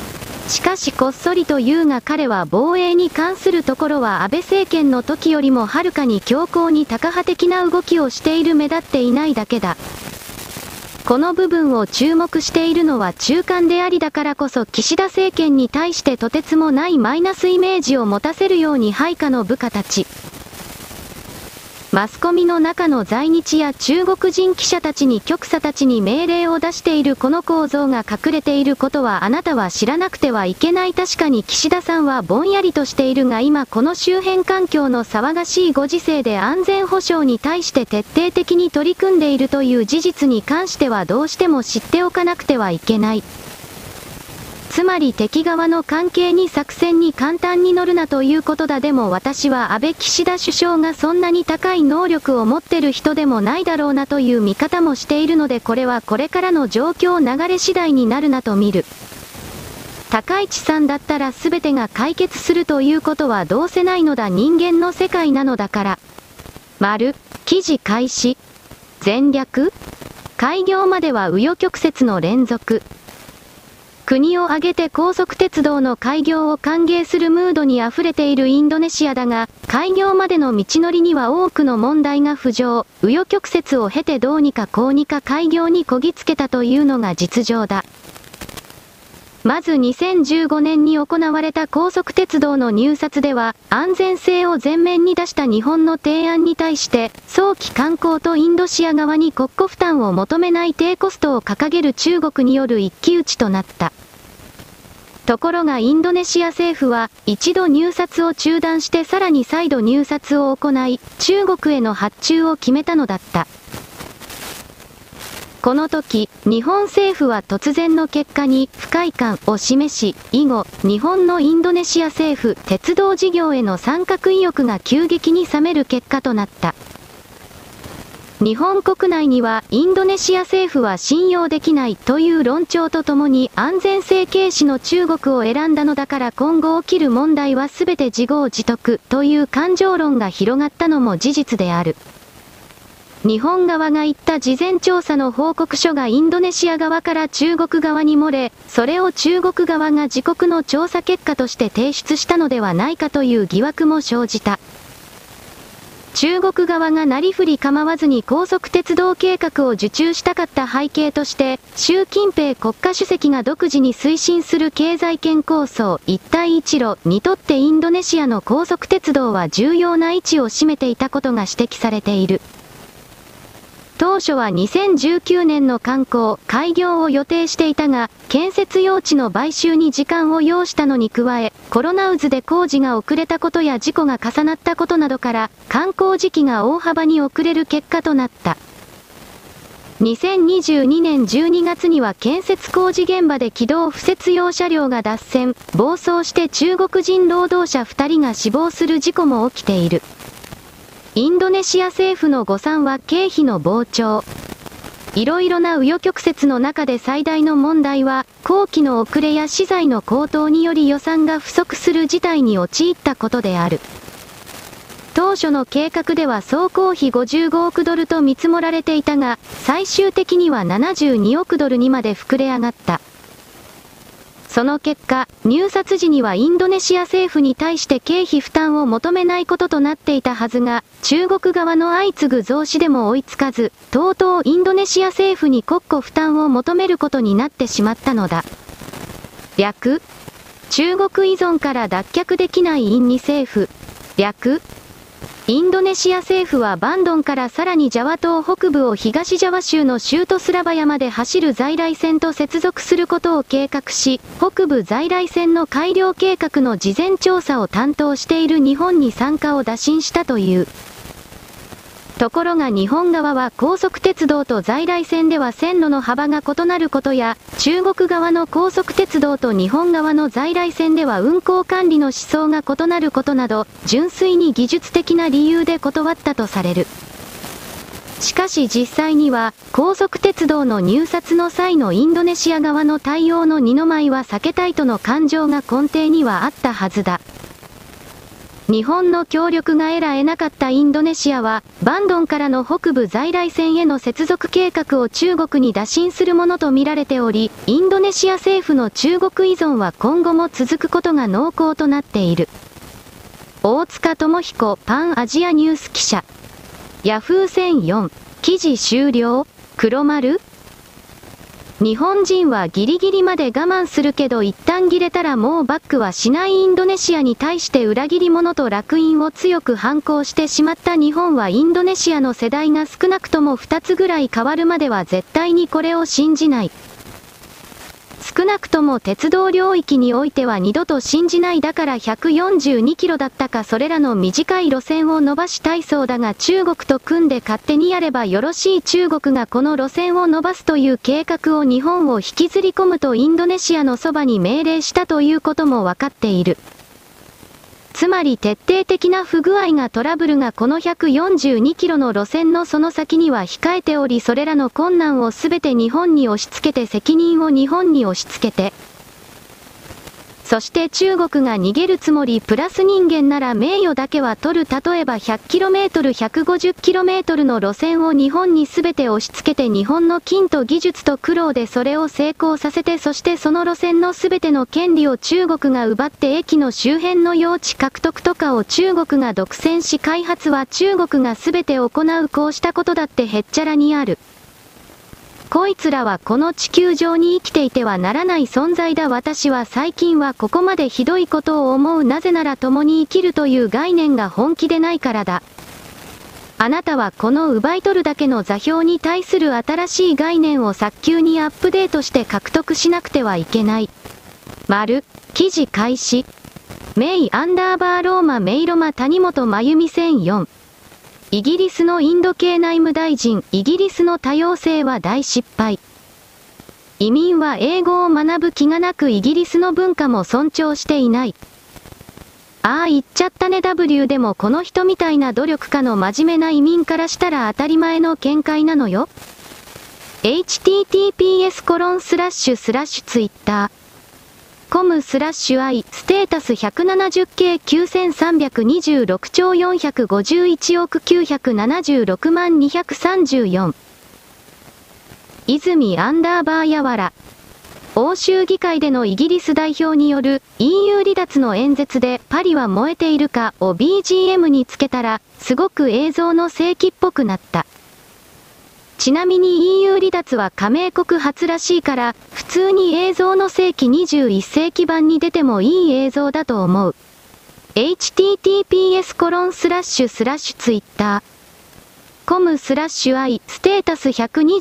しかしこっそりと言うが彼は防衛に関するところは安倍政権の時よりもはるかに強硬にタカ派的な動きをしている目立っていないだけだ。この部分を注目しているのは中間でありだからこそ岸田政権に対してとてつもないマイナスイメージを持たせるように配下の部下たち。マスコミの中の在日や中国人記者たちに局者たちに命令を出しているこの構造が隠れていることはあなたは知らなくてはいけない。確かに岸田さんはぼんやりとしているが今この周辺環境の騒がしいご時世で安全保障に対して徹底的に取り組んでいるという事実に関してはどうしても知っておかなくてはいけない。つまり敵側の関係に作戦に簡単に乗るなということだ。でも私は安倍岸田首相がそんなに高い能力を持ってる人でもないだろうなという見方もしているのでこれはこれからの状況流れ次第になるなと見る。高市さんだったら全てが解決するということはどうせないのだ。人間の世界なのだから。記事開始。全略？開業までは紆余曲折の連続。国を挙げて高速鉄道の開業を歓迎するムードに溢れているインドネシアだが、開業までの道のりには多くの問題が浮上、紆余曲折を経てどうにかこうにか開業にこぎつけたというのが実情だ。まず2015年に行われた高速鉄道の入札では、安全性を前面に出した日本の提案に対して、早期完工とインドシア側に国庫負担を求めない低コストを掲げる中国による一騎打ちとなった。ところがインドネシア政府は、一度入札を中断してさらに再度入札を行い、中国への発注を決めたのだった。この時、日本政府は突然の結果に不快感を示し、以後、日本のインドネシア政府、鉄道事業への参画意欲が急激に冷める結果となった。日本国内にはインドネシア政府は信用できないという論調とともに安全性軽視の中国を選んだのだから今後起きる問題は全て自業自得という感情論が広がったのも事実である。日本側が言った事前調査の報告書がインドネシア側から中国側に漏れ、それを中国側が自国の調査結果として提出したのではないかという疑惑も生じた。中国側がなりふり構わずに高速鉄道計画を受注したかった背景として、習近平国家主席が独自に推進する経済圏構想一帯一路にとってインドネシアの高速鉄道は重要な位置を占めていたことが指摘されている。当初は2019年の開業を予定していたが、建設用地の買収に時間を要したのに加え、コロナ渦で工事が遅れたことや事故が重なったことなどから、完工時期が大幅に遅れる結果となった。2022年12月には建設工事現場で軌道敷設用車両が脱線、暴走して中国人労働者2人が死亡する事故も起きている。インドネシア政府の誤算は経費の膨張。いろいろな紆余曲折の中で最大の問題は、工期の遅れや資材の高騰により予算が不足する事態に陥ったことである。当初の計画では総工費55億ドルと見積もられていたが、最終的には72億ドルにまで膨れ上がった。その結果、入札時にはインドネシア政府に対して経費負担を求めないこととなっていたはずが、中国側の相次ぐ増資でも追いつかず、とうとうインドネシア政府に国庫負担を求めることになってしまったのだ。中国依存から脱却できないインニ政府。インドネシア政府はバンドンからさらにジャワ島北部を東ジャワ州の州都スラバヤまで走る在来線と接続することを計画し、北部在来線の改良計画の事前調査を担当している日本に参加を打診したという。ところが日本側は高速鉄道と在来線では線路の幅が異なることや、中国側の高速鉄道と日本側の在来線では運行管理の思想が異なることなど、純粋に技術的な理由で断ったとされる。しかし実際には、高速鉄道の入札の際のインドネシア側の対応の二の舞は避けたいとの感情が根底にはあったはずだ。 日本の協力が得なかったインドネシアは、バンドンからの北部在来線への接続計画を中国に打診するものとみられており、インドネシア政府の中国依存は今後も続くことが濃厚となっている。大塚智彦パンアジアニュース記者。ヤフー1004、記事終了？黒丸？日本人はギリギリまで我慢するけど一旦切れたらもうバックはしない。インドネシアに対して裏切り者と烙印を強く反抗してしまった日本はインドネシアの世代が少なくとも2つぐらい変わるまでは絶対にこれを信じない。少なくとも鉄道領域においては二度と信じない。だから142キロだったかそれらの短い路線を伸ばしたいそうだが中国と組んで勝手にやればよろしい。中国がこの路線を伸ばすという計画を日本を引きずり込むとインドネシアのそばに命令したということもわかっている。つまり徹底的な不具合がトラブルがこの142キロの路線のその先には控えておりそれらの困難をすべて日本に押し付けて責任を日本に押し付けてそして中国が逃げるつもりプラス人間なら名誉だけは取る。例えば 100km、150km の路線を日本に全て押し付けて日本の金と技術と苦労でそれを成功させてそしてその路線の全ての権利を中国が奪って駅の周辺の用地獲得とかを中国が独占し開発は中国が全て行う。こうしたことだってへっちゃらにある。こいつらはこの地球上に生きていてはならない存在だ。私は最近はここまでひどいことを思う。なぜなら共に生きるという概念が本気でないからだ。あなたはこの奪い取るだけの座標に対する新しい概念を早急にアップデートして獲得しなくてはいけない。記事開始。メイアンダーバーローマメイロマ谷本真由美1004。イギリスのインド系内務大臣、イギリスの多様性は大失敗。移民は英語を学ぶ気がなくイギリスの文化も尊重していない。ああ言っちゃったね。 W でもこの人みたいな努力家の真面目な移民からしたら当たり前の見解なのよ。https://twitter.com/i ステータス 170K9326 兆451億976万234泉アンダーバーやわら。欧州議会でのイギリス代表による EU 離脱の演説でパリは燃えているかを BGM につけたらすごく映像の世紀っぽくなった。ちなみに EU 離脱は加盟国初らしいから普通に映像の世紀21世紀版に出てもいい映像だと思う。https://twitter.com/i ステータス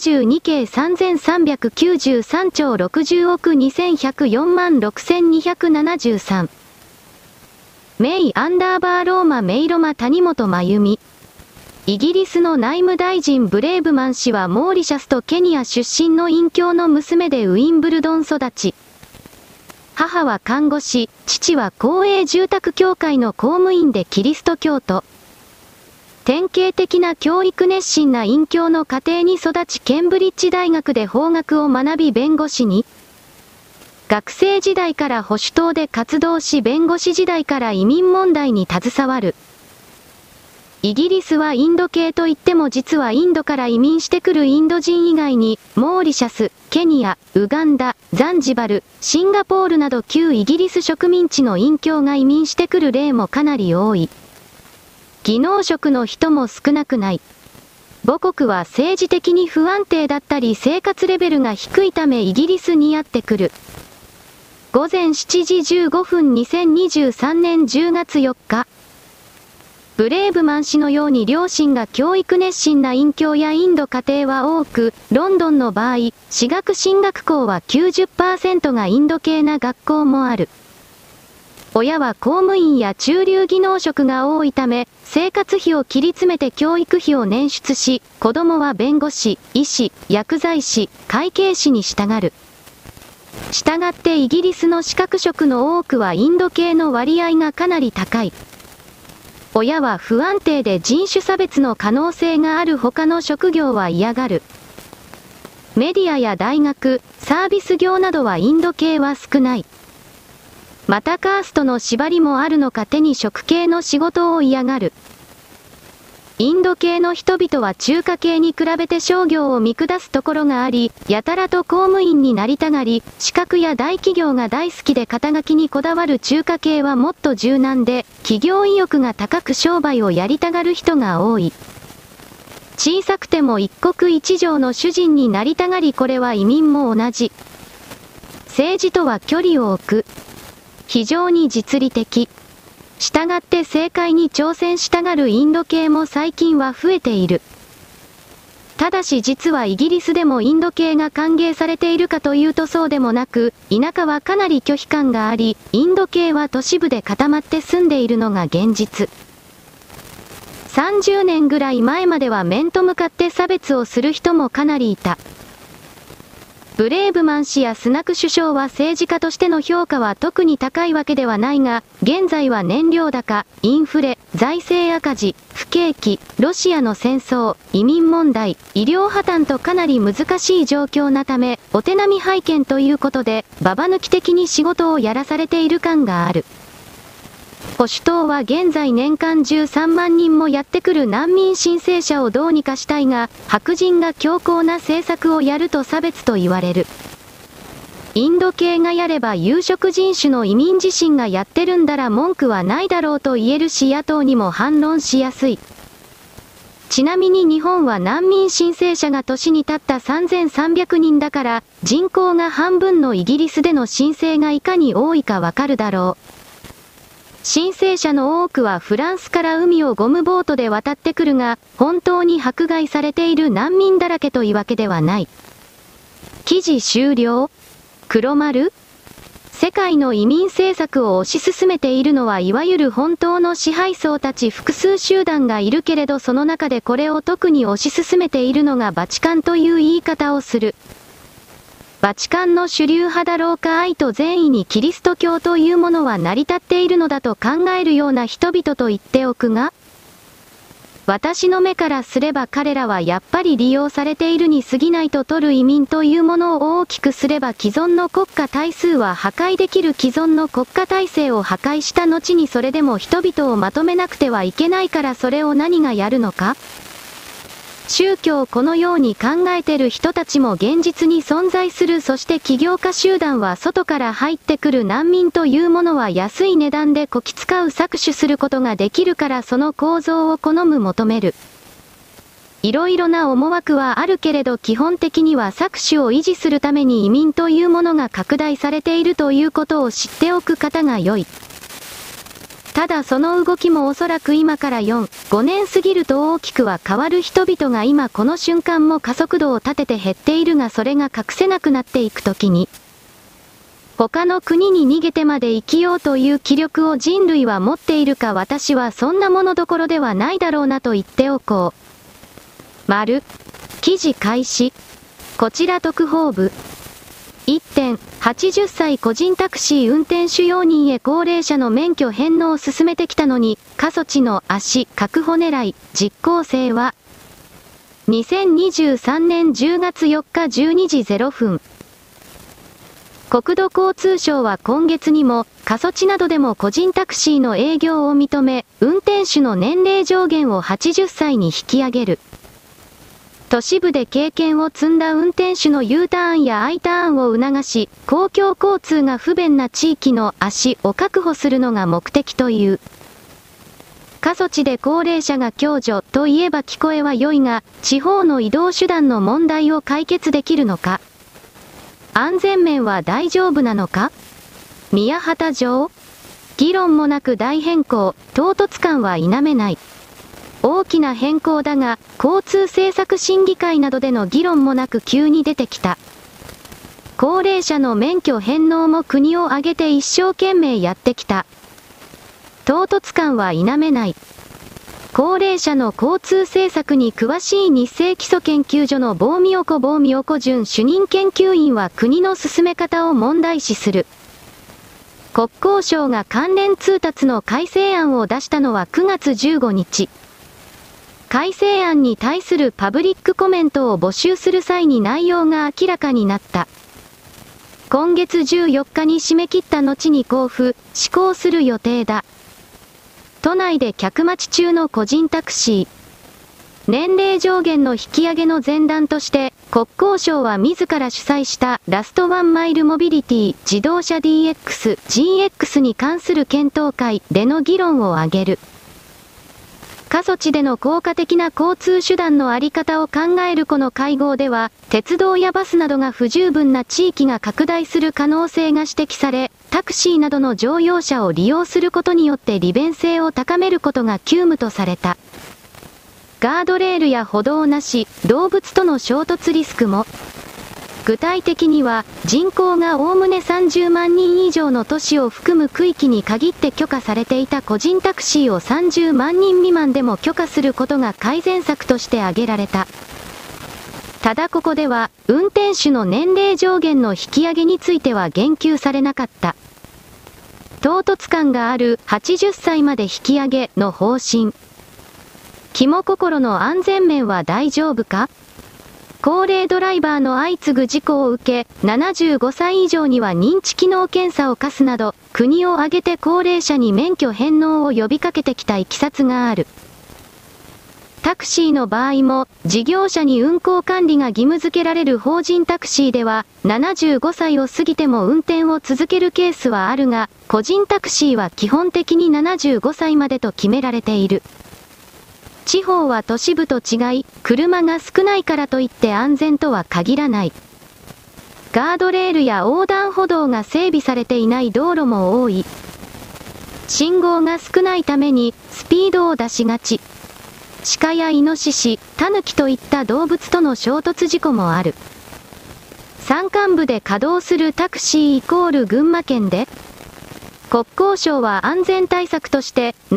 122K3393 兆60億2104万6273メイアンダーバーローマメイロマ谷本真由美。イギリスの内務大臣ブレーブマン氏はモーリシャスとケニア出身の隠居の娘でウィンブルドン育ち。母は看護師、父は公営住宅協会の公務員でキリスト教徒。典型的な教育熱心な隠居の家庭に育ちケンブリッジ大学で法学を学び弁護士に。学生時代から保守党で活動し弁護士時代から移民問題に携わる。イギリスはインド系といっても実はインドから移民してくるインド人以外に、モーリシャス、ケニア、ウガンダ、ザンジバル、シンガポールなど旧イギリス植民地の隠居が移民してくる例もかなり多い。技能職の人も少なくない。母国は政治的に不安定だったり生活レベルが低いためイギリスにやってくる。午前7時15分2023年10月4日。ブレーブマン氏のように両親が教育熱心な隠居やインド家庭は多く、ロンドンの場合、私学進学校は 90% がインド系な学校もある。親は公務員や中流技能職が多いため、生活費を切り詰めて教育費を捻出し、子供は弁護士、医師、薬剤師、会計士に従う。したがってイギリスの資格職の多くはインド系の割合がかなり高い。親は不安定で人種差別の可能性がある他の職業は嫌がる。メディアや大学、サービス業などはインド系は少ない。 またカーストの縛りもあるのか手に職系の仕事を嫌がる。インド系の人々は中華系に比べて商業を見下すところがあり、やたらと公務員になりたがり、資格や大企業が大好きで肩書きにこだわる中華系はもっと柔軟で、企業意欲が高く商売をやりたがる人が多い。小さくても一国一城の主人になりたがり、これは移民も同じ。政治とは距離を置く。非常に実利的。したがって政界に挑戦したがるインド系も最近は増えている。ただし実はイギリスでもインド系が歓迎されているかというとそうでもなく、田舎はかなり拒否感があり、インド系は都市部で固まって住んでいるのが現実。30年ぐらい前までは面と向かって差別をする人もかなりいた。ブレーブマン氏やスナク首相は政治家としての評価は特に高いわけではないが、現在は燃料高、インフレ、財政赤字、不景気、ロシアの戦争、移民問題、医療破綻とかなり難しい状況なため、お手並み拝見ということで、ババ抜き的に仕事をやらされている感がある。保守党は現在年間13万人もやってくる難民申請者をどうにかしたいが、白人が強硬な政策をやると差別と言われる。インド系がやれば有色人種の移民自身がやってるんだら文句はないだろうと言えるし野党にも反論しやすい。ちなみに日本は難民申請者が年に経った3300人だから、人口が半分のイギリスでの申請がいかに多いかわかるだろう。申請者の多くはフランスから海をゴムボートで渡ってくるが、本当に迫害されている難民だらけというわけではない。記事終了。黒丸？世界の移民政策を推し進めているのはいわゆる本当の支配層たち複数集団がいるけれどその中でこれを特に推し進めているのがバチカンという言い方をする。バチカンの主流派だろうか愛と善意にキリスト教というものは成り立っているのだと考えるような人々と言っておくが、私の目からすれば彼らはやっぱり利用されているに過ぎないと取る移民というものを大きくすれば既存の国家体数は破壊できる既存の国家体制を破壊した後にそれでも人々をまとめなくてはいけないからそれを何がやるのか？宗教このように考えてる人たちも現実に存在する。そして起業家集団は外から入ってくる難民というものは安い値段でこき使う搾取することができるからその構造を好む求める。いろいろな思惑はあるけれど基本的には搾取を維持するために移民というものが拡大されているということを知っておく方が良い。ただその動きもおそらく今から4、5年過ぎると大きくは変わる。人々が今この瞬間も加速度を立てて減っているがそれが隠せなくなっていくときに、他の国に逃げてまで生きようという気力を人類は持っているか。私はそんなものどころではないだろうなと言っておこう。記事開始。こちら特報部。1点、80歳個人タクシー運転手用人へ高齢者の免許返納を進めてきたのに、過疎地の足確保狙い、実効性は、2023年10月4日12時0分。国土交通省は今月にも、過疎地などでも個人タクシーの営業を認め、運転手の年齢上限を80歳に引き上げる。都市部で経験を積んだ運転手の U ターンや I ターンを促し、公共交通が不便な地域の足を確保するのが目的という。過疎地で高齢者が共助といえば聞こえは良いが、地方の移動手段の問題を解決できるのか？安全面は大丈夫なのか？宮畑城？議論もなく大変更、唐突感は否めない。大きな変更だが、交通政策審議会などでの議論もなく急に出てきた。高齢者の免許返納も国を挙げて一生懸命やってきた。唐突感は否めない。高齢者の交通政策に詳しい日清基礎研究所の坊美子准主任研究員は国の進め方を問題視する。国交省が関連通達の改正案を出したのは9月15日。改正案に対するパブリックコメントを募集する際に内容が明らかになった。 今月14日に締め切った後に交付、施行する予定だ。都内で客待ち中の個人タクシー。年齢上限の引き上げの前段として、国交省は自ら主催したラストワンマイルモビリティ自動車 DX、GX に関する検討会での議論を挙げる。過疎地での効果的な交通手段のあり方を考えるこの会合では、鉄道やバスなどが不十分な地域が拡大する可能性が指摘され、タクシーなどの乗用車を利用することによって利便性を高めることが急務とされた。ガードレールや歩道なし、動物との衝突リスクも。具体的には、人口がおおむね30万人以上の都市を含む区域に限って許可されていた個人タクシーを30万人未満でも許可することが改善策として挙げられた。ただここでは、運転手の年齢上限の引き上げについては言及されなかった。唐突感がある80歳まで引き上げの方針。肝心の安全面は大丈夫か？高齢ドライバーの相次ぐ事故を受け、75歳以上には認知機能検査を課すなど、国を挙げて高齢者に免許返納を呼びかけてきた経緯がある。タクシーの場合も、事業者に運行管理が義務付けられる法人タクシーでは、75歳を過ぎても運転を続けるケースはあるが、個人タクシーは基本的に75歳までと決められている。地方は都市部と違い、車が少ないからといって安全とは限らない。ガードレールや横断歩道が整備されていない道路も多い。信号が少ないためにスピードを出しがち。鹿やイノシシ、タヌキといった動物との衝突事故もある。山間部で稼働するタクシーイコール群馬県で、国交省は安全対策として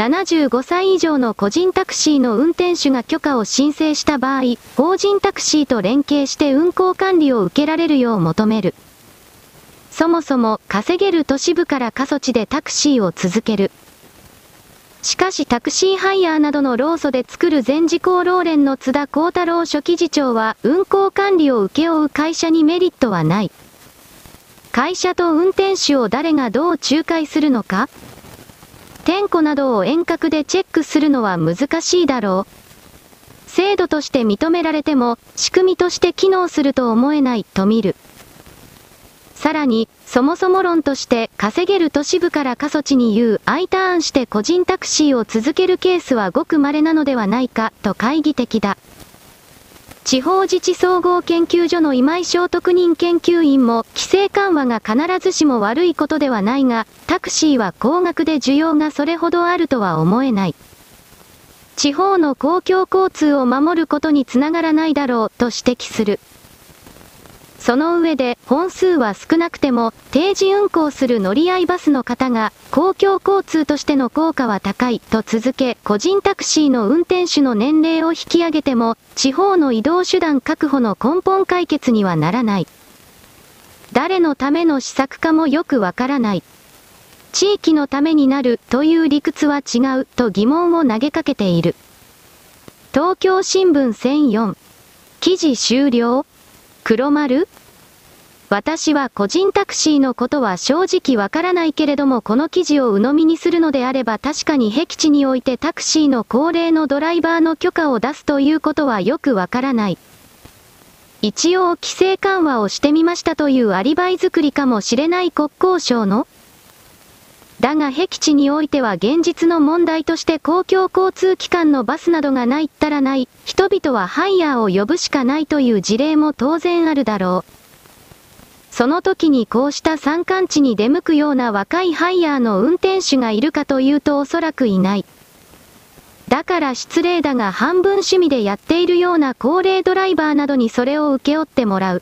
、75歳以上の個人タクシーの運転手が許可を申請した場合、法人タクシーと連携して運行管理を受けられるよう求める。そもそも稼げる都市部から過疎地でタクシーを続ける。しかしタクシーハイヤーなどの労組で作る全自公労連の津田幸太郎書記次長は、運行管理を請け負う会社にメリットはない。会社と運転手を誰がどう仲介するのか？点呼などを遠隔でチェックするのは難しいだろう。制度として認められても、仕組みとして機能すると思えないと見る。さらに、そもそも論として稼げる都市部から過疎地にIターンして個人タクシーを続けるケースはごく稀なのではないかと懐疑的だ。地方自治総合研究所の今井正特任研究員も、規制緩和が必ずしも悪いことではないが、タクシーは高額で需要がそれほどあるとは思えない。地方の公共交通を守ることにつながらないだろうと指摘する。その上で、本数は少なくても、定時運行する乗り合いバスの方が、公共交通としての効果は高いと続け、個人タクシーの運転手の年齢を引き上げても、地方の移動手段確保の根本解決にはならない。誰のための施策かもよくわからない。地域のためになるという理屈は違うと疑問を投げかけている。東京新聞1004。記事終了？黒丸？私は個人タクシーのことは正直わからないけれどもこの記事を鵜呑みにするのであれば確かに僻地においてタクシーの高齢のドライバーの許可を出すということはよくわからない。一応規制緩和をしてみましたというアリバイ作りかもしれない国交省の？だが僻地においては現実の問題として公共交通機関のバスなどがないったらない、人々はハイヤーを呼ぶしかないという事例も当然あるだろう。その時にこうした山間地に出向くような若いハイヤーの運転手がいるかというとおそらくいない。だから失礼だが半分趣味でやっているような高齢ドライバーなどにそれを請け負ってもらう。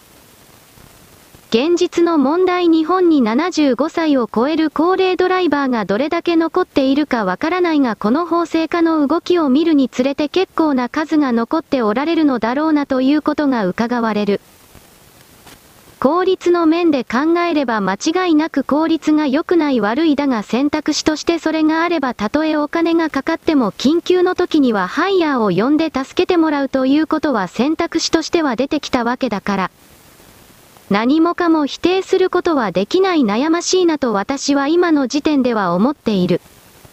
現実の問題日本に75歳を超える高齢ドライバーがどれだけ残っているかわからないがこの法制化の動きを見るにつれて結構な数が残っておられるのだろうなということが伺われる。効率の面で考えれば間違いなく効率が良くない悪いだが選択肢としてそれがあればたとえお金がかかっても緊急の時にはハイヤーを呼んで助けてもらうということは選択肢としては出てきたわけだから。 何もかも否定することはできない悩ましいなと私は今の時点では思っている。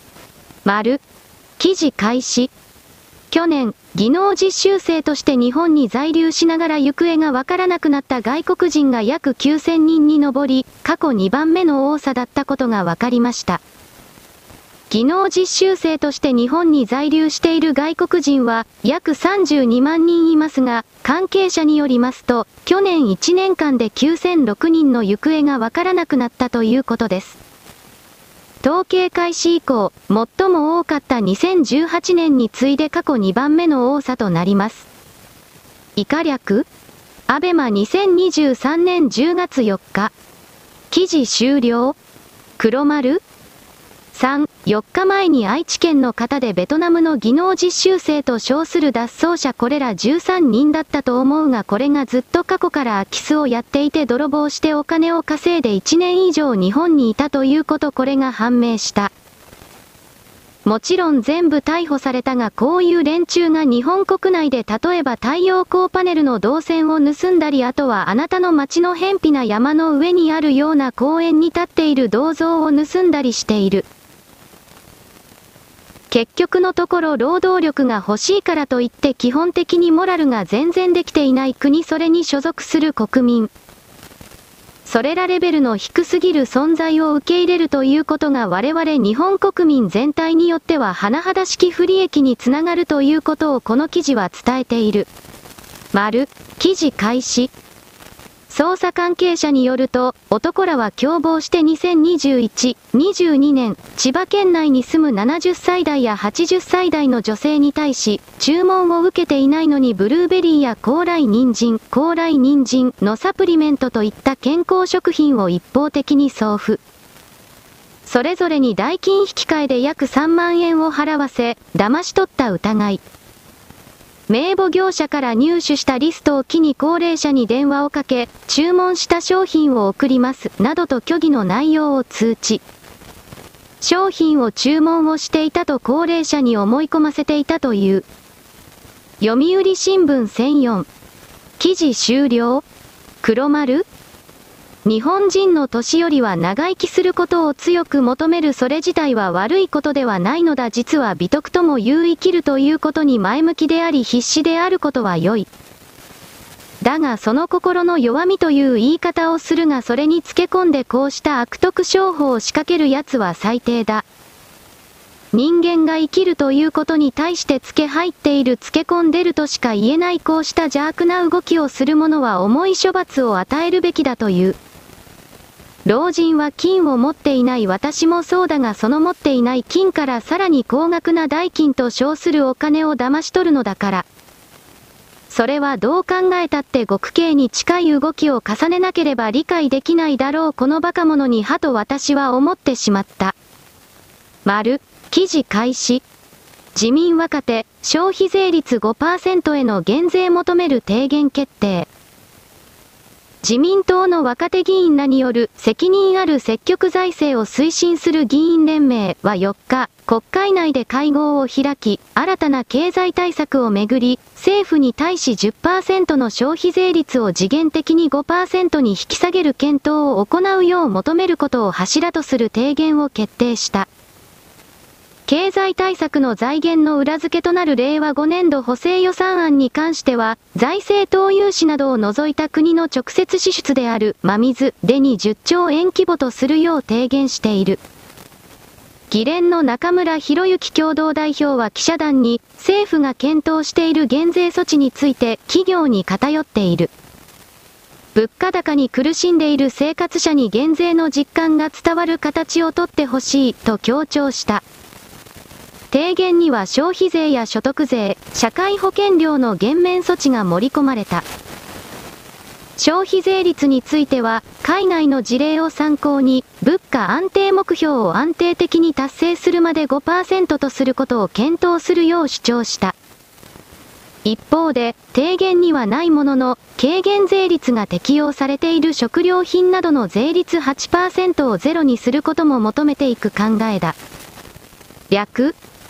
記事開始。去年、技能実習生として日本に在留しながら行方がわからなくなった外国人が約9000人に上り、過去2番目の多さだったことが分かりました。技能実習生として日本に在留している外国人は約32万人いますが、関係者によりますと、去年1年間で9006人の行方がわからなくなったということです。統計開始以降、最も多かった2018年に次いで過去2番目の多さとなります。以下略？アベマ2023年10月4日。記事終了。黒丸3、4日前に愛知県の方でベトナムの技能実習生と称する脱走者これら13人だったと思うがこれがずっと過去から空き巣をやっていて泥棒してお金を稼いで1年以上日本にいたということこれが判明した。もちろん全部逮捕されたがこういう連中が日本国内で例えば太陽光パネルの銅線を盗んだりあとはあなたの町の偏僻な山の上にあるような公園に立っている銅像を盗んだりしている。結局のところ労働力が欲しいからといって基本的にモラルが全然できていない国それに所属する国民。それらレベルの低すぎる存在を受け入れるということが我々日本国民全体によっては甚だしき不利益につながるということをこの記事は伝えている。記事開始。捜査関係者によると、男らは共謀して2021、22年、千葉県内に住む70歳代や80歳代の女性に対し、注文を受けていないのにブルーベリーや高麗人参のサプリメントといった健康食品を一方的に送付。それぞれに代金引き換えで約3万円を払わせ、騙し取った疑い。名簿業者から入手したリストを機に高齢者に電話をかけ、注文した商品を送ります、などと虚偽の内容を通知。商品を注文をしていたと高齢者に思い込ませていたという。読売新聞1004。記事終了。黒丸？日本人の年寄りは長生きすることを強く求めるそれ自体は悪いことではないのだ実は美徳とも言う生きるということに前向きであり必死であることは良い。だがその心の弱みという言い方をするがそれにつけ込んでこうした悪徳商法を仕掛ける奴は最低だ。人間が生きるということに対してつけ入っているつけ込んでるとしか言えないこうした邪悪な動きをする者は重い処罰を与えるべきだという。老人は金を持っていない私もそうだがその持っていない金からさらに高額な代金と称するお金を騙し取るのだから。それはどう考えたって極刑に近い動きを重ねなければ理解できないだろうこのバカ者にはと私は思ってしまった。記事開始。自民若手、消費税率 5% への減税求める提言決定。自民党の若手議員らによる責任ある積極財政を推進する議員連盟は4日、国会内で会合を開き、新たな経済対策をめぐり、政府に対し 10% の消費税率を時限的に 5% に引き下げる検討を行うよう求めることを柱とする提言を決定した。経済対策の財源の裏付けとなる令和5年度補正予算案に関しては、財政投融資などを除いた国の直接支出である真水でに10兆円規模とするよう提言している。議連の中村博之共同代表は記者団に、政府が検討している減税措置について企業に偏っている。物価高に苦しんでいる生活者に減税の実感が伝わる形をとってほしいと強調した。提言には消費税や所得税、社会保険料の減免措置が盛り込まれた。消費税率については、海外の事例を参考に、物価安定目標を安定的に達成するまで 5% とすることを検討するよう主張した。一方で、提言にはないものの、軽減税率が適用されている食料品などの税率 8% をゼロにすることも求めていく考えだ。略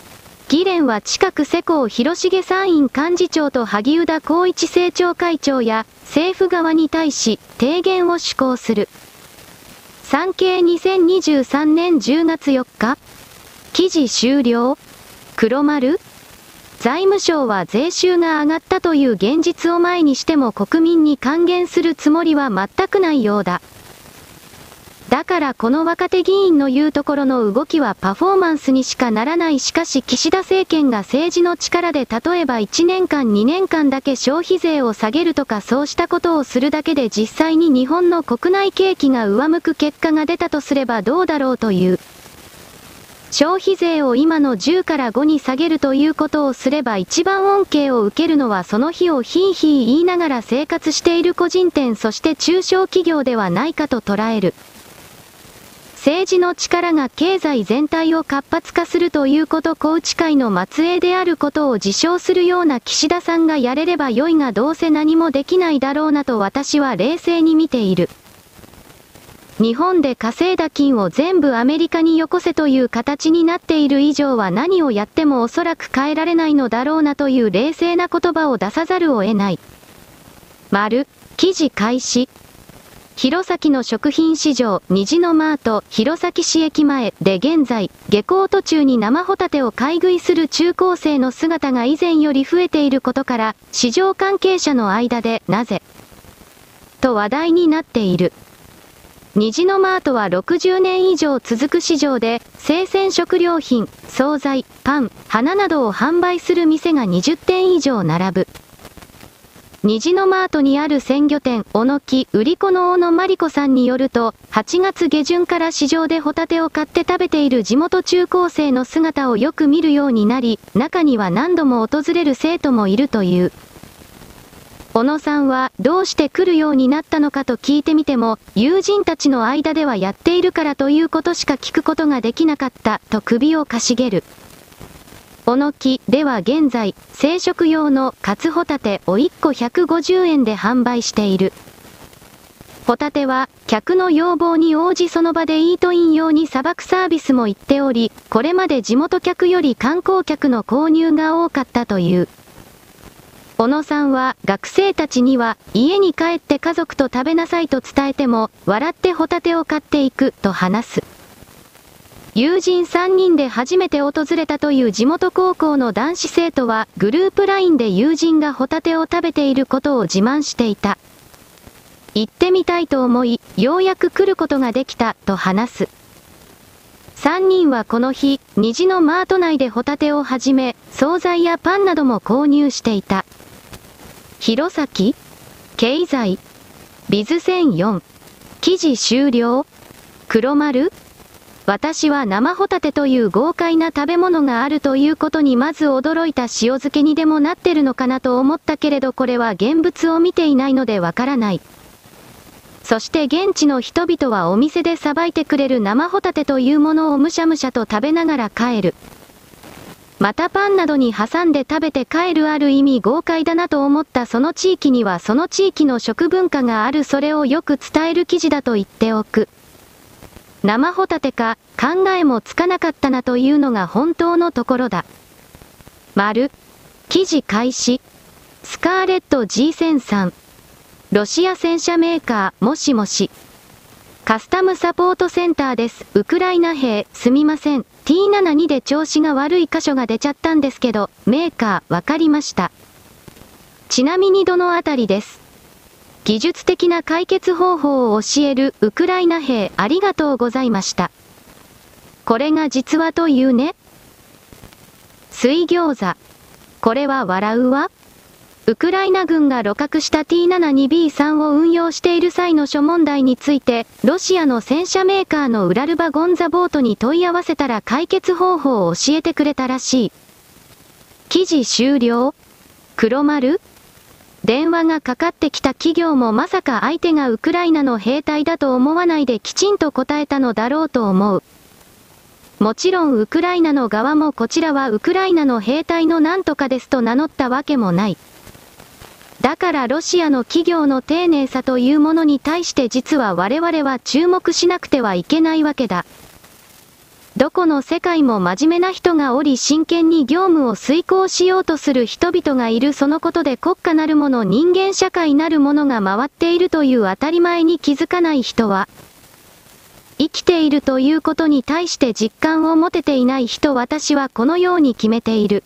議連は近く世耕弘成参院幹事長と萩生田光一政調会長や政府側に対し提言を施行する。産経2023年10月4日。記事終了。黒丸？財務省は税収が上がったという現実を前にしても国民に還元するつもりは全くないようだ。だからこの若手議員の言うところの動きはパフォーマンスにしかならない。しかし岸田政権が政治の力で例えば1年間2年間だけ消費税を下げるとかそうしたことをするだけで実際に日本の国内景気が上向く結果が出たとすればどうだろうという。消費税を今の10から5に下げるということをすれば一番恩恵を受けるのはその日をひいひい言いながら生活している個人店そして中小企業ではないかと捉える。政治の力が経済全体を活発化するということ宏池会の末裔であることを自称するような岸田さんがやれれば良いがどうせ何もできないだろうなと私は冷静に見ている。日本で稼いだ金を全部アメリカによこせという形になっている以上は何をやってもおそらく変えられないのだろうなという冷静な言葉を出さざるを得ない。記事開始。弘前の食品市場、虹のマート、弘前市駅前で現在、下校途中に生ホタテを買い食いする中高生の姿が以前より増えていることから、市場関係者の間で、なぜと話題になっている。虹のマートは60年以上続く市場で、生鮮食料品、惣菜、パン、花などを販売する店が20店以上並ぶ。虹のマートにある鮮魚店、小野木売り子の大野真理子さんによると、8月下旬から市場でホタテを買って食べている地元中高生の姿をよく見るようになり、中には何度も訪れる生徒もいるという。小野さんはどうして来るようになったのかと聞いてみても、友人たちの間ではやっているからということしか聞くことができなかったと首をかしげる。小野木では現在、生食用のカツホタテを1個150円で販売している。ホタテは、客の要望に応じその場でイートイン用にさばくサービスも行っており、これまで地元客より観光客の購入が多かったという。小野さんは、学生たちには、家に帰って家族と食べなさいと伝えても、笑ってホタテを買っていくと話す。友人3人で初めて訪れたという地元高校の男子生徒はグループ LINE で友人がホタテを食べていることを自慢していた。行ってみたいと思い、ようやく来ることができたと話す。3人はこの日、虹のマート内でホタテをはじめ、惣菜やパンなども購入していた。弘前？経済？ビズ1004。記事終了？黒丸？私は生ホタテという豪快な食べ物があるということにまず驚いた。塩漬けにでもなってるのかなと思ったけれどこれは現物を見ていないのでわからない。そして現地の人々はお店でさばいてくれる生ホタテというものをむしゃむしゃと食べながら帰る。またパンなどに挟んで食べて帰る。ある意味豪快だなと思った。その地域にはその地域の食文化がある。それをよく伝える記事だと言っておく。生ホタテか考えもつかなかったなというのが本当のところだ。記事開始。スカーレット G1003。ロシア戦車メーカー、もしもし。カスタムサポートセンターです。ウクライナ兵、すみません。T72 で調子が悪い箇所が出ちゃったんですけど、メーカー、わかりました。ちなみにどのあたりです。技術的な解決方法を教えるウクライナ兵ありがとうございました。これが実話というね。水餃子。これは笑うわ。ウクライナ軍が鹵獲した T72B3 を運用している際の諸問題について、ロシアの戦車メーカーのウラルバゴンザボートに問い合わせたら解決方法を教えてくれたらしい。記事終了。黒丸？電話がかかってきた企業もまさか相手がウクライナの兵隊だと思わないできちんと答えたのだろうと思う。もちろんウクライナの側もこちらはウクライナの兵隊のなんとかですと名乗ったわけもない。だからロシアの企業の丁寧さというものに対して実は我々は注目しなくてはいけないわけだ。 どこの世界も真面目な人がおり真剣に業務を遂行しようとする人々がいるそのことで国家なるもの人間社会なるものが回っているという当たり前に気づかない人は、生きているということに対して実感を持てていない人私はこのように決めている。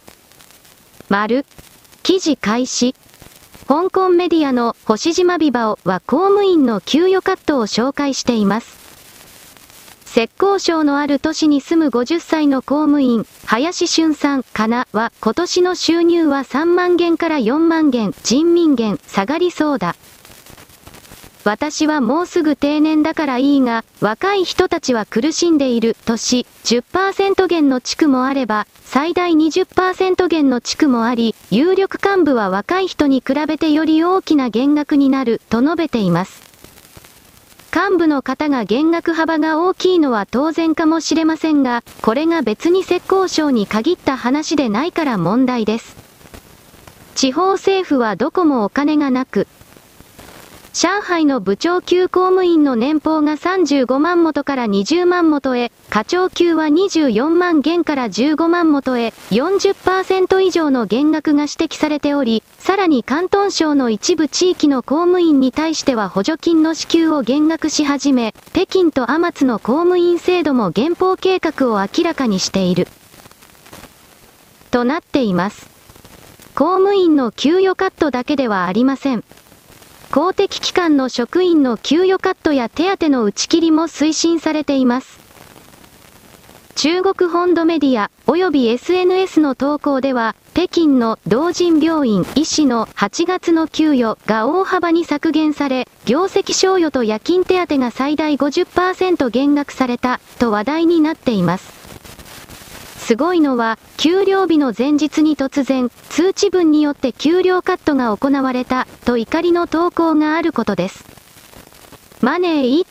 記事開始。香港メディアの星島ビバオは公務員の給与カットを紹介しています。浙江省のある都市に住む50歳の公務員、林俊さんかなは今年の収入は3万元から4万元、人民元下がりそうだ。私はもうすぐ定年だからいいが、若い人たちは苦しんでいるとし、10% 減の地区もあれば、最大 20% 減の地区もあり、有力幹部は若い人に比べてより大きな減額になると述べています。幹部の方が減額幅が大きいのは当然かもしれませんが、これが別に浙江省に限った話でないから問題です。地方政府はどこもお金がなく、上海の部長級公務員の年俸が35万元から20万元へ、課長級は24万元から15万元へ、40% 以上の減額が指摘されており、さらに広東省の一部地域の公務員に対しては補助金の支給を減額し始め、北京と天津の公務員制度も減俸計画を明らかにしている。となっています。公務員の給与カットだけではありません。公的機関の職員の給与カットや手当の打ち切りも推進されています。中国本土メディア及び SNS の投稿では、北京の同仁病院医師の8月の給与が大幅に削減され、業績賞与と夜勤手当が最大 50% 減額されたと話題になっています。すごいのは、給料日の前日に突然、通知文によって給料カットが行われた、と怒りの投稿があることです。マネー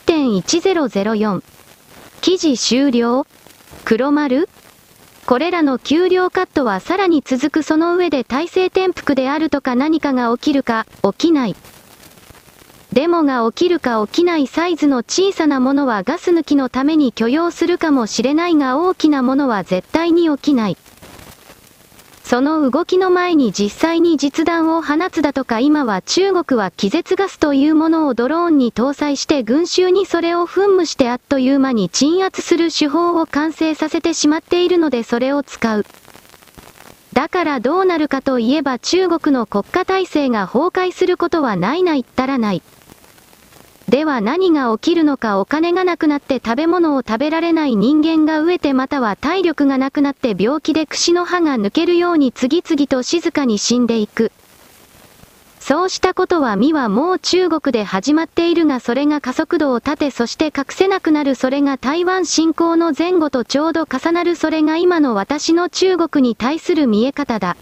1.1004。記事終了？黒丸？これらの給料カットはさらに続くその上で体制転覆であるとか何かが起きるか、起きない。デモが起きるか起きないサイズの小さなものはガス抜きのために許容するかもしれないが大きなものは絶対に起きない。その動きの前に実際に実弾を放つだとか今は中国は気絶ガスというものをドローンに搭載して群衆にそれを噴霧してあっという間に鎮圧する手法を完成させてしまっているのでそれを使う。だからどうなるかといえば中国の国家体制が崩壊することはないな言ったらない。では何が起きるのかお金がなくなって食べ物を食べられない人間が飢えてまたは体力がなくなって病気で串の歯が抜けるように次々と静かに死んでいく。そうしたことはもう中国で始まっているがそれが加速度を立てそして隠せなくなるそれが台湾侵攻の前後とちょうど重なるそれが今の私の中国に対する見え方だ。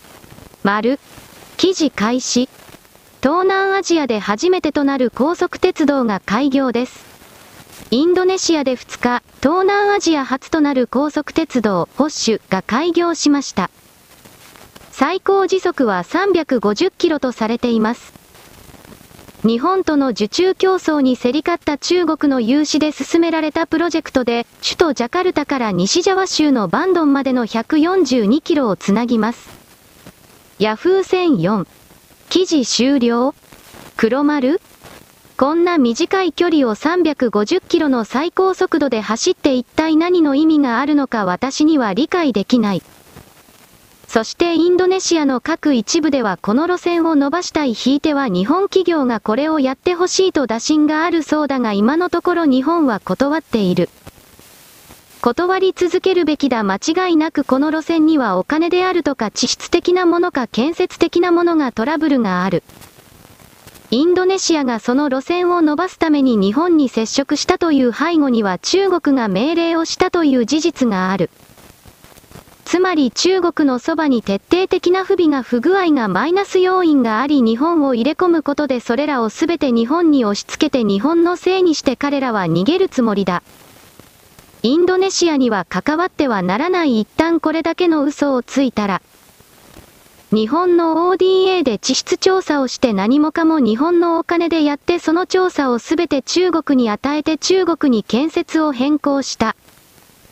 記事開始。東南アジアで初めてとなる高速鉄道が開業です。インドネシアで2日、東南アジア初となる高速鉄道、ホッシュが開業しました。最高時速は350キロとされています。日本との受注競争に競り勝った中国の融資で進められたプロジェクトで、首都ジャカルタから西ジャワ州のバンドンまでの142キロをつなぎます。ヤフー1004。記事終了？黒丸？こんな短い距離を350キロの最高速度で走って一体何の意味があるのか私には理解できない。そしてインドネシアの各一部ではこの路線を伸ばしたいひいては日本企業がこれをやってほしいと打診があるそうだが今のところ日本は断っている。断り続けるべきだ間違いなくこの路線にはお金であるとか地質的なものか建設的なものがトラブルがある。インドネシアがその路線を伸ばすために日本に接触したという背後には中国が命令をしたという事実がある。つまり中国のそばに徹底的な不具合がマイナス要因があり日本を入れ込むことでそれらをすべて日本に押し付けて日本のせいにして彼らは逃げるつもりだ。インドネシアには関わってはならない一旦これだけの嘘をついたら。日本の ODA で地質調査をして何もかも日本のお金でやってその調査をすべて中国に与えて中国に建設を変更した。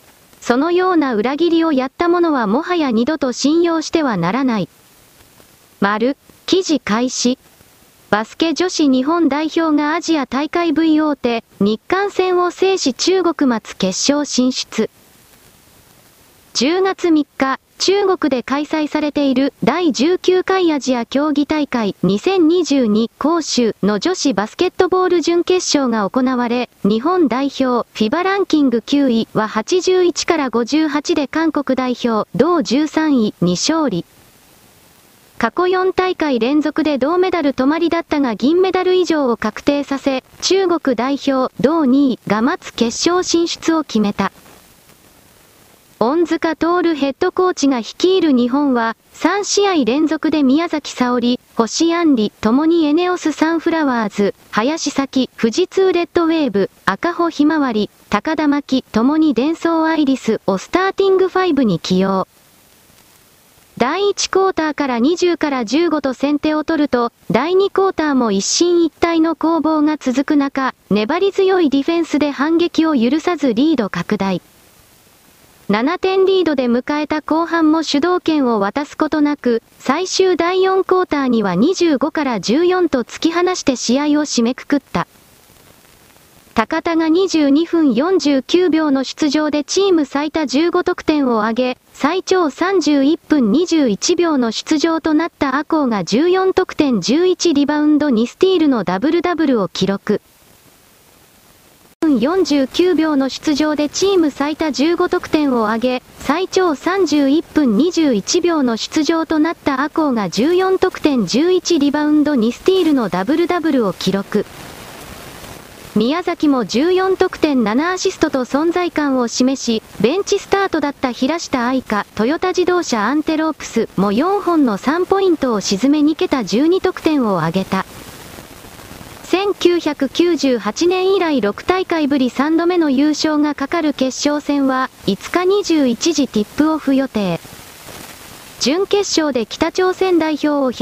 そのような裏切りをやった者はもはや二度と信用してはならない。記事開始。バスケ女子日本代表がアジア大会 V 大手、日韓戦を制し中国末決勝進出。10月3日、中国で開催されている第19回アジア競技大会2022杭州の女子バスケットボール準決勝が行われ、日本代表 FIBA ランキング9位は81から58で韓国代表同13位に勝利。過去4大会連続で銅メダル止まりだったが銀メダル以上を確定させ、中国代表同2位が待つ決勝進出を決めた。恩塚徹ヘッドコーチが率いる日本は、3試合連続で宮崎早織、星杏里、ともにエネオスサンフラワーズ、林咲、富士通レッドウェーブ、赤穂ひまわり、高田真希、ともにデンソーアイリスをスターティング5に起用。第1クォーターから20から15と先手を取ると、第2クォーターも一進一退の攻防が続く中、粘り強いディフェンスで反撃を許さずリード拡大。7点リードで迎えた後半も主導権を渡すことなく、最終第4クォーターには25から14と突き放して試合を締めくくった。高田が22分49秒の出場でチーム最多15得点を挙げ、最長31分21秒の出場となったアコウが14得点11リバウンド2スティールのダブルダブルを記録。49秒の出場でチーム最多15得点を挙げ、最長31分21秒の出場となったアコウが14得点11リバウンド2スティールのダブルダブルを記録。宮崎も14得点7アシストと存在感を示し、ベンチスタートだった平下愛佳、トヨタ自動車アンテロープスも4本の3ポイントを沈め2桁12得点を挙げた。1998年以来6大会ぶり3度目の優勝がかかる決勝戦は、5日21時ティップオフ予定。準決勝で北朝鮮代表を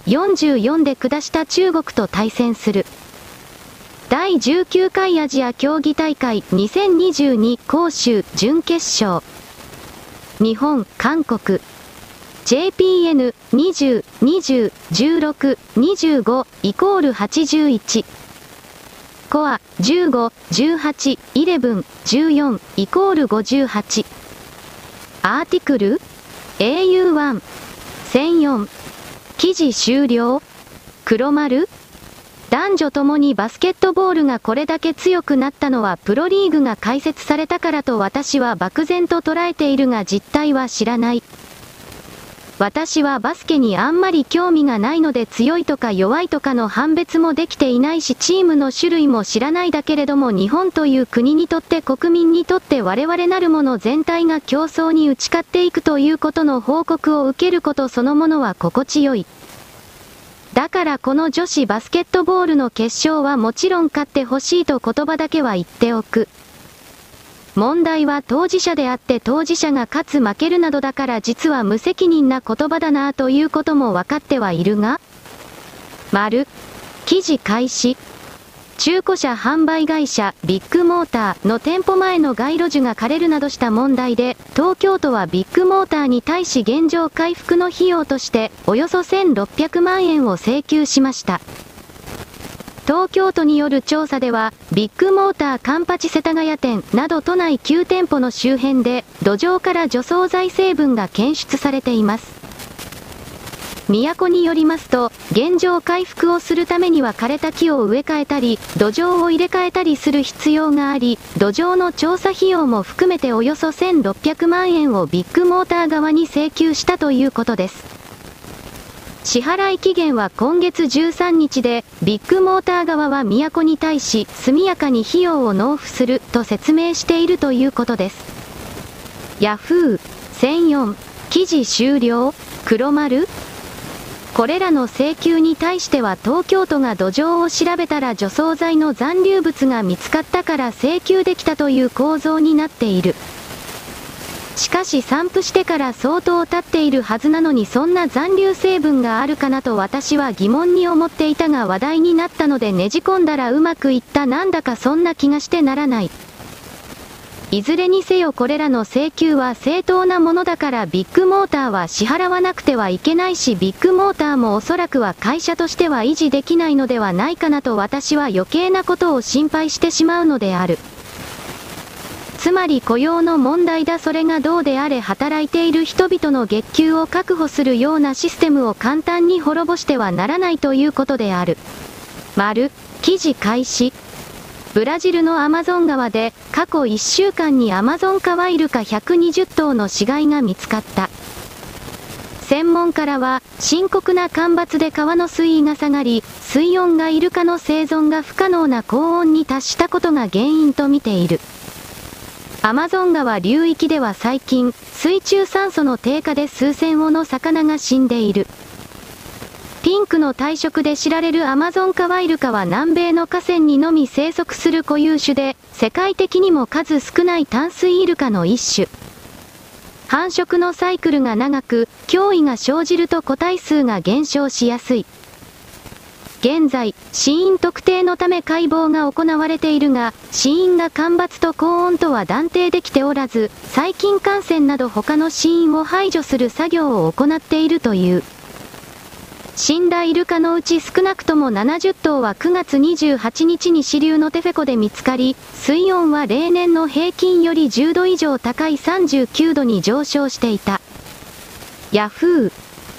144で下した中国と対戦する。第19回アジア競技大会2022杭州準決勝。日本、韓国。JPN 20、20、16、25イコール81。コア15、18、11、14イコール58。アーティクル ?AU1。1004。記事終了。黒丸男女ともにバスケットボールがこれだけ強くなったのはプロリーグが開設されたからと私は漠然と捉えているが実態は知らない。私はバスケにあんまり興味がないので強いとか弱いとかの判別もできていないしチームの種類も知らないだけれども日本という国にとって国民にとって我々なるもの全体が競争に打ち勝っていくということの報告を受けることそのものは心地よい。だからこの女子バスケットボールの決勝はもちろん勝ってほしいと言葉だけは言っておく。問題は当事者であって当事者が勝つ負けるなどだから実は無責任な言葉だなぁということも分かってはいるが記事開始。中古車販売会社ビッグモーターの店舗前の街路樹が枯れるなどした問題で、東京都はビッグモーターに対し原状回復の費用としておよそ1600万円を請求しました。東京都による調査では、ビッグモーターカンパチ世田谷店など都内9店舗の周辺で土壌から除草剤成分が検出されています。都によりますと、原状回復をするためには枯れた木を植え替えたり、土壌を入れ替えたりする必要があり、土壌の調査費用も含めておよそ1600万円をビッグモーター側に請求したということです。支払い期限は今月13日で、ビッグモーター側は都に対し、速やかに費用を納付すると説明しているということです。ヤフー1004記事終了黒丸これらの請求に対しては東京都が土壌を調べたら除草剤の残留物が見つかったから請求できたという構造になっている。しかし散布してから相当経っているはずなのにそんな残留成分があるかなと私は疑問に思っていたが話題になったのでねじ込んだらうまくいったなんだかそんな気がしてならない。 いずれにせよこれらの請求は正当なものだからビッグモーターは支払わなくてはいけないしビッグモーターもおそらくは会社としては維持できないのではないかなと私は余計なことを心配してしまうのである。つまり雇用の問題だ。それがどうであれ働いている人々の月給を確保するようなシステムを簡単に滅ぼしてはならないということである。記事開始。ブラジルのアマゾン川で過去1週間にアマゾンカワイルカ120頭の死骸が見つかった。専門家らは深刻な干ばつで川の水位が下がり、水温がイルカの生存が不可能な高温に達したことが原因と見ている。アマゾン川流域では最近、水中酸素の低下で数千羽の魚が死んでいる。ピンクの体色で知られるアマゾンカワイルカは南米の河川にのみ生息する固有種で、世界的にも数少ない淡水イルカの一種。繁殖のサイクルが長く、脅威が生じると個体数が減少しやすい。現在、死因特定のため解剖が行われているが、死因が干ばつと高温とは断定できておらず、細菌感染など他の死因を排除する作業を行っているという。死んだイルカのうち少なくとも70頭は9月28日に支流のテフェ湖で見つかり、水温は例年の平均より10度以上高い39度に上昇していた。ヤフー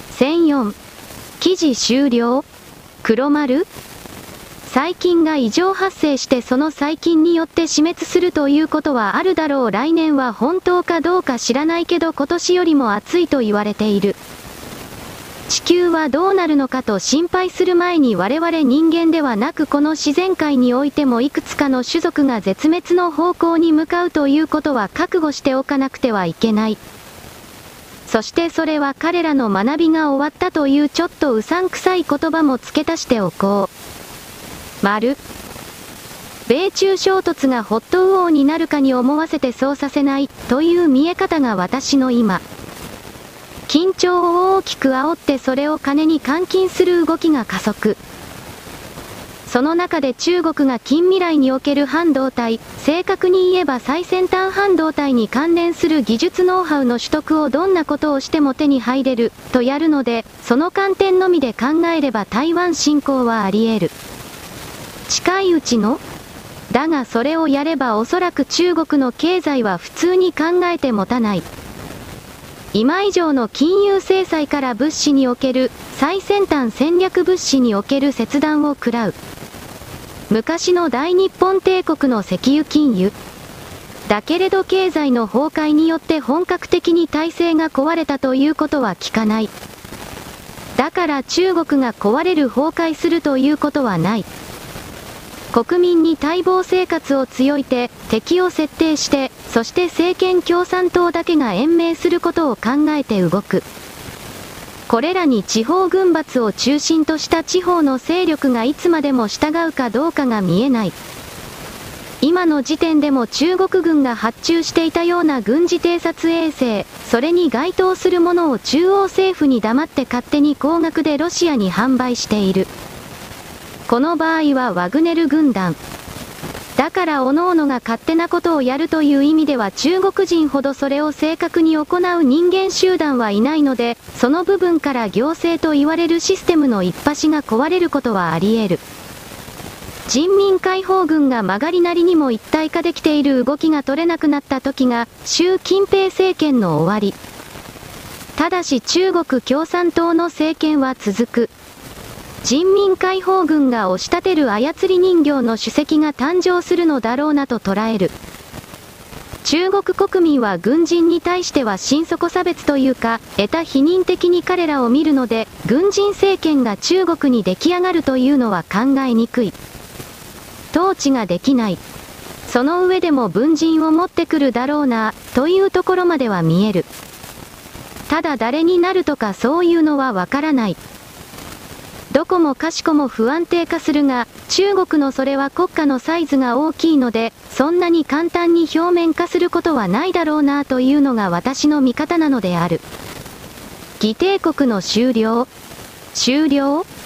1004記事終了。黒丸？細菌が異常発生してその細菌によって死滅するということはあるだろう。来年は本当かどうか知らないけど今年よりも暑いと言われている。地球はどうなるのかと心配する前に我々人間ではなくこの自然界においてもいくつかの種族が絶滅の方向に向かうということは覚悟しておかなくてはいけない。そしてそれは彼らの学びが終わったというちょっとうさんくさい言葉も付け足しておこう。米中衝突がホットウォーになるかに思わせてそうさせないという見え方が私の今。緊張を大きく煽ってそれを金に換金する動きが加速。その中で中国が近未来における半導体、正確に言えば最先端半導体に関連する技術ノウハウの取得をどんなことをしても手に入れる、とやるので、その観点のみで考えれば台湾侵攻はあり得る。近いうちの？だがそれをやればおそらく中国の経済は普通に考えて持たない。今以上の金融制裁から物資における、最先端戦略物資における切断を食らう。昔の大日本帝国の石油禁輸。だけれど経済の崩壊によって本格的に体制が壊れたということは聞かない。だから中国が壊れる崩壊するということはない。国民に待望生活を強いて、敵を設定して、そして政権共産党だけが延命することを考えて動く。これらに地方軍閥を中心とした地方の勢力がいつまでも従うかどうかが見えない。今の時点でも中国軍が発注していたような軍事偵察衛星、それに該当するものを中央政府に黙って勝手に高額でロシアに販売している。この場合はワグネル軍団。だから各々が勝手なことをやるという意味では中国人ほどそれを正確に行う人間集団はいないので、その部分から行政と言われるシステムの一端が壊れることはあり得る。人民解放軍が曲がりなりにも一体化できている動きが取れなくなった時が、習近平政権の終わり。ただし中国共産党の政権は続く。人民解放軍が押し立てる操り人形の主席が誕生するのだろうなと捉える。中国国民は軍人に対しては心底差別というか、得た否認的に彼らを見るので、軍人政権が中国に出来上がるというのは考えにくい。統治ができない。その上でも文人を持ってくるだろうな、というところまでは見える。ただ誰になるとかそういうのはわからない。どこもかしこも不安定化するが、中国のそれは国家のサイズが大きいので、そんなに簡単に表面化することはないだろうなというのが私の見方なのである。義帝国の終了？終了？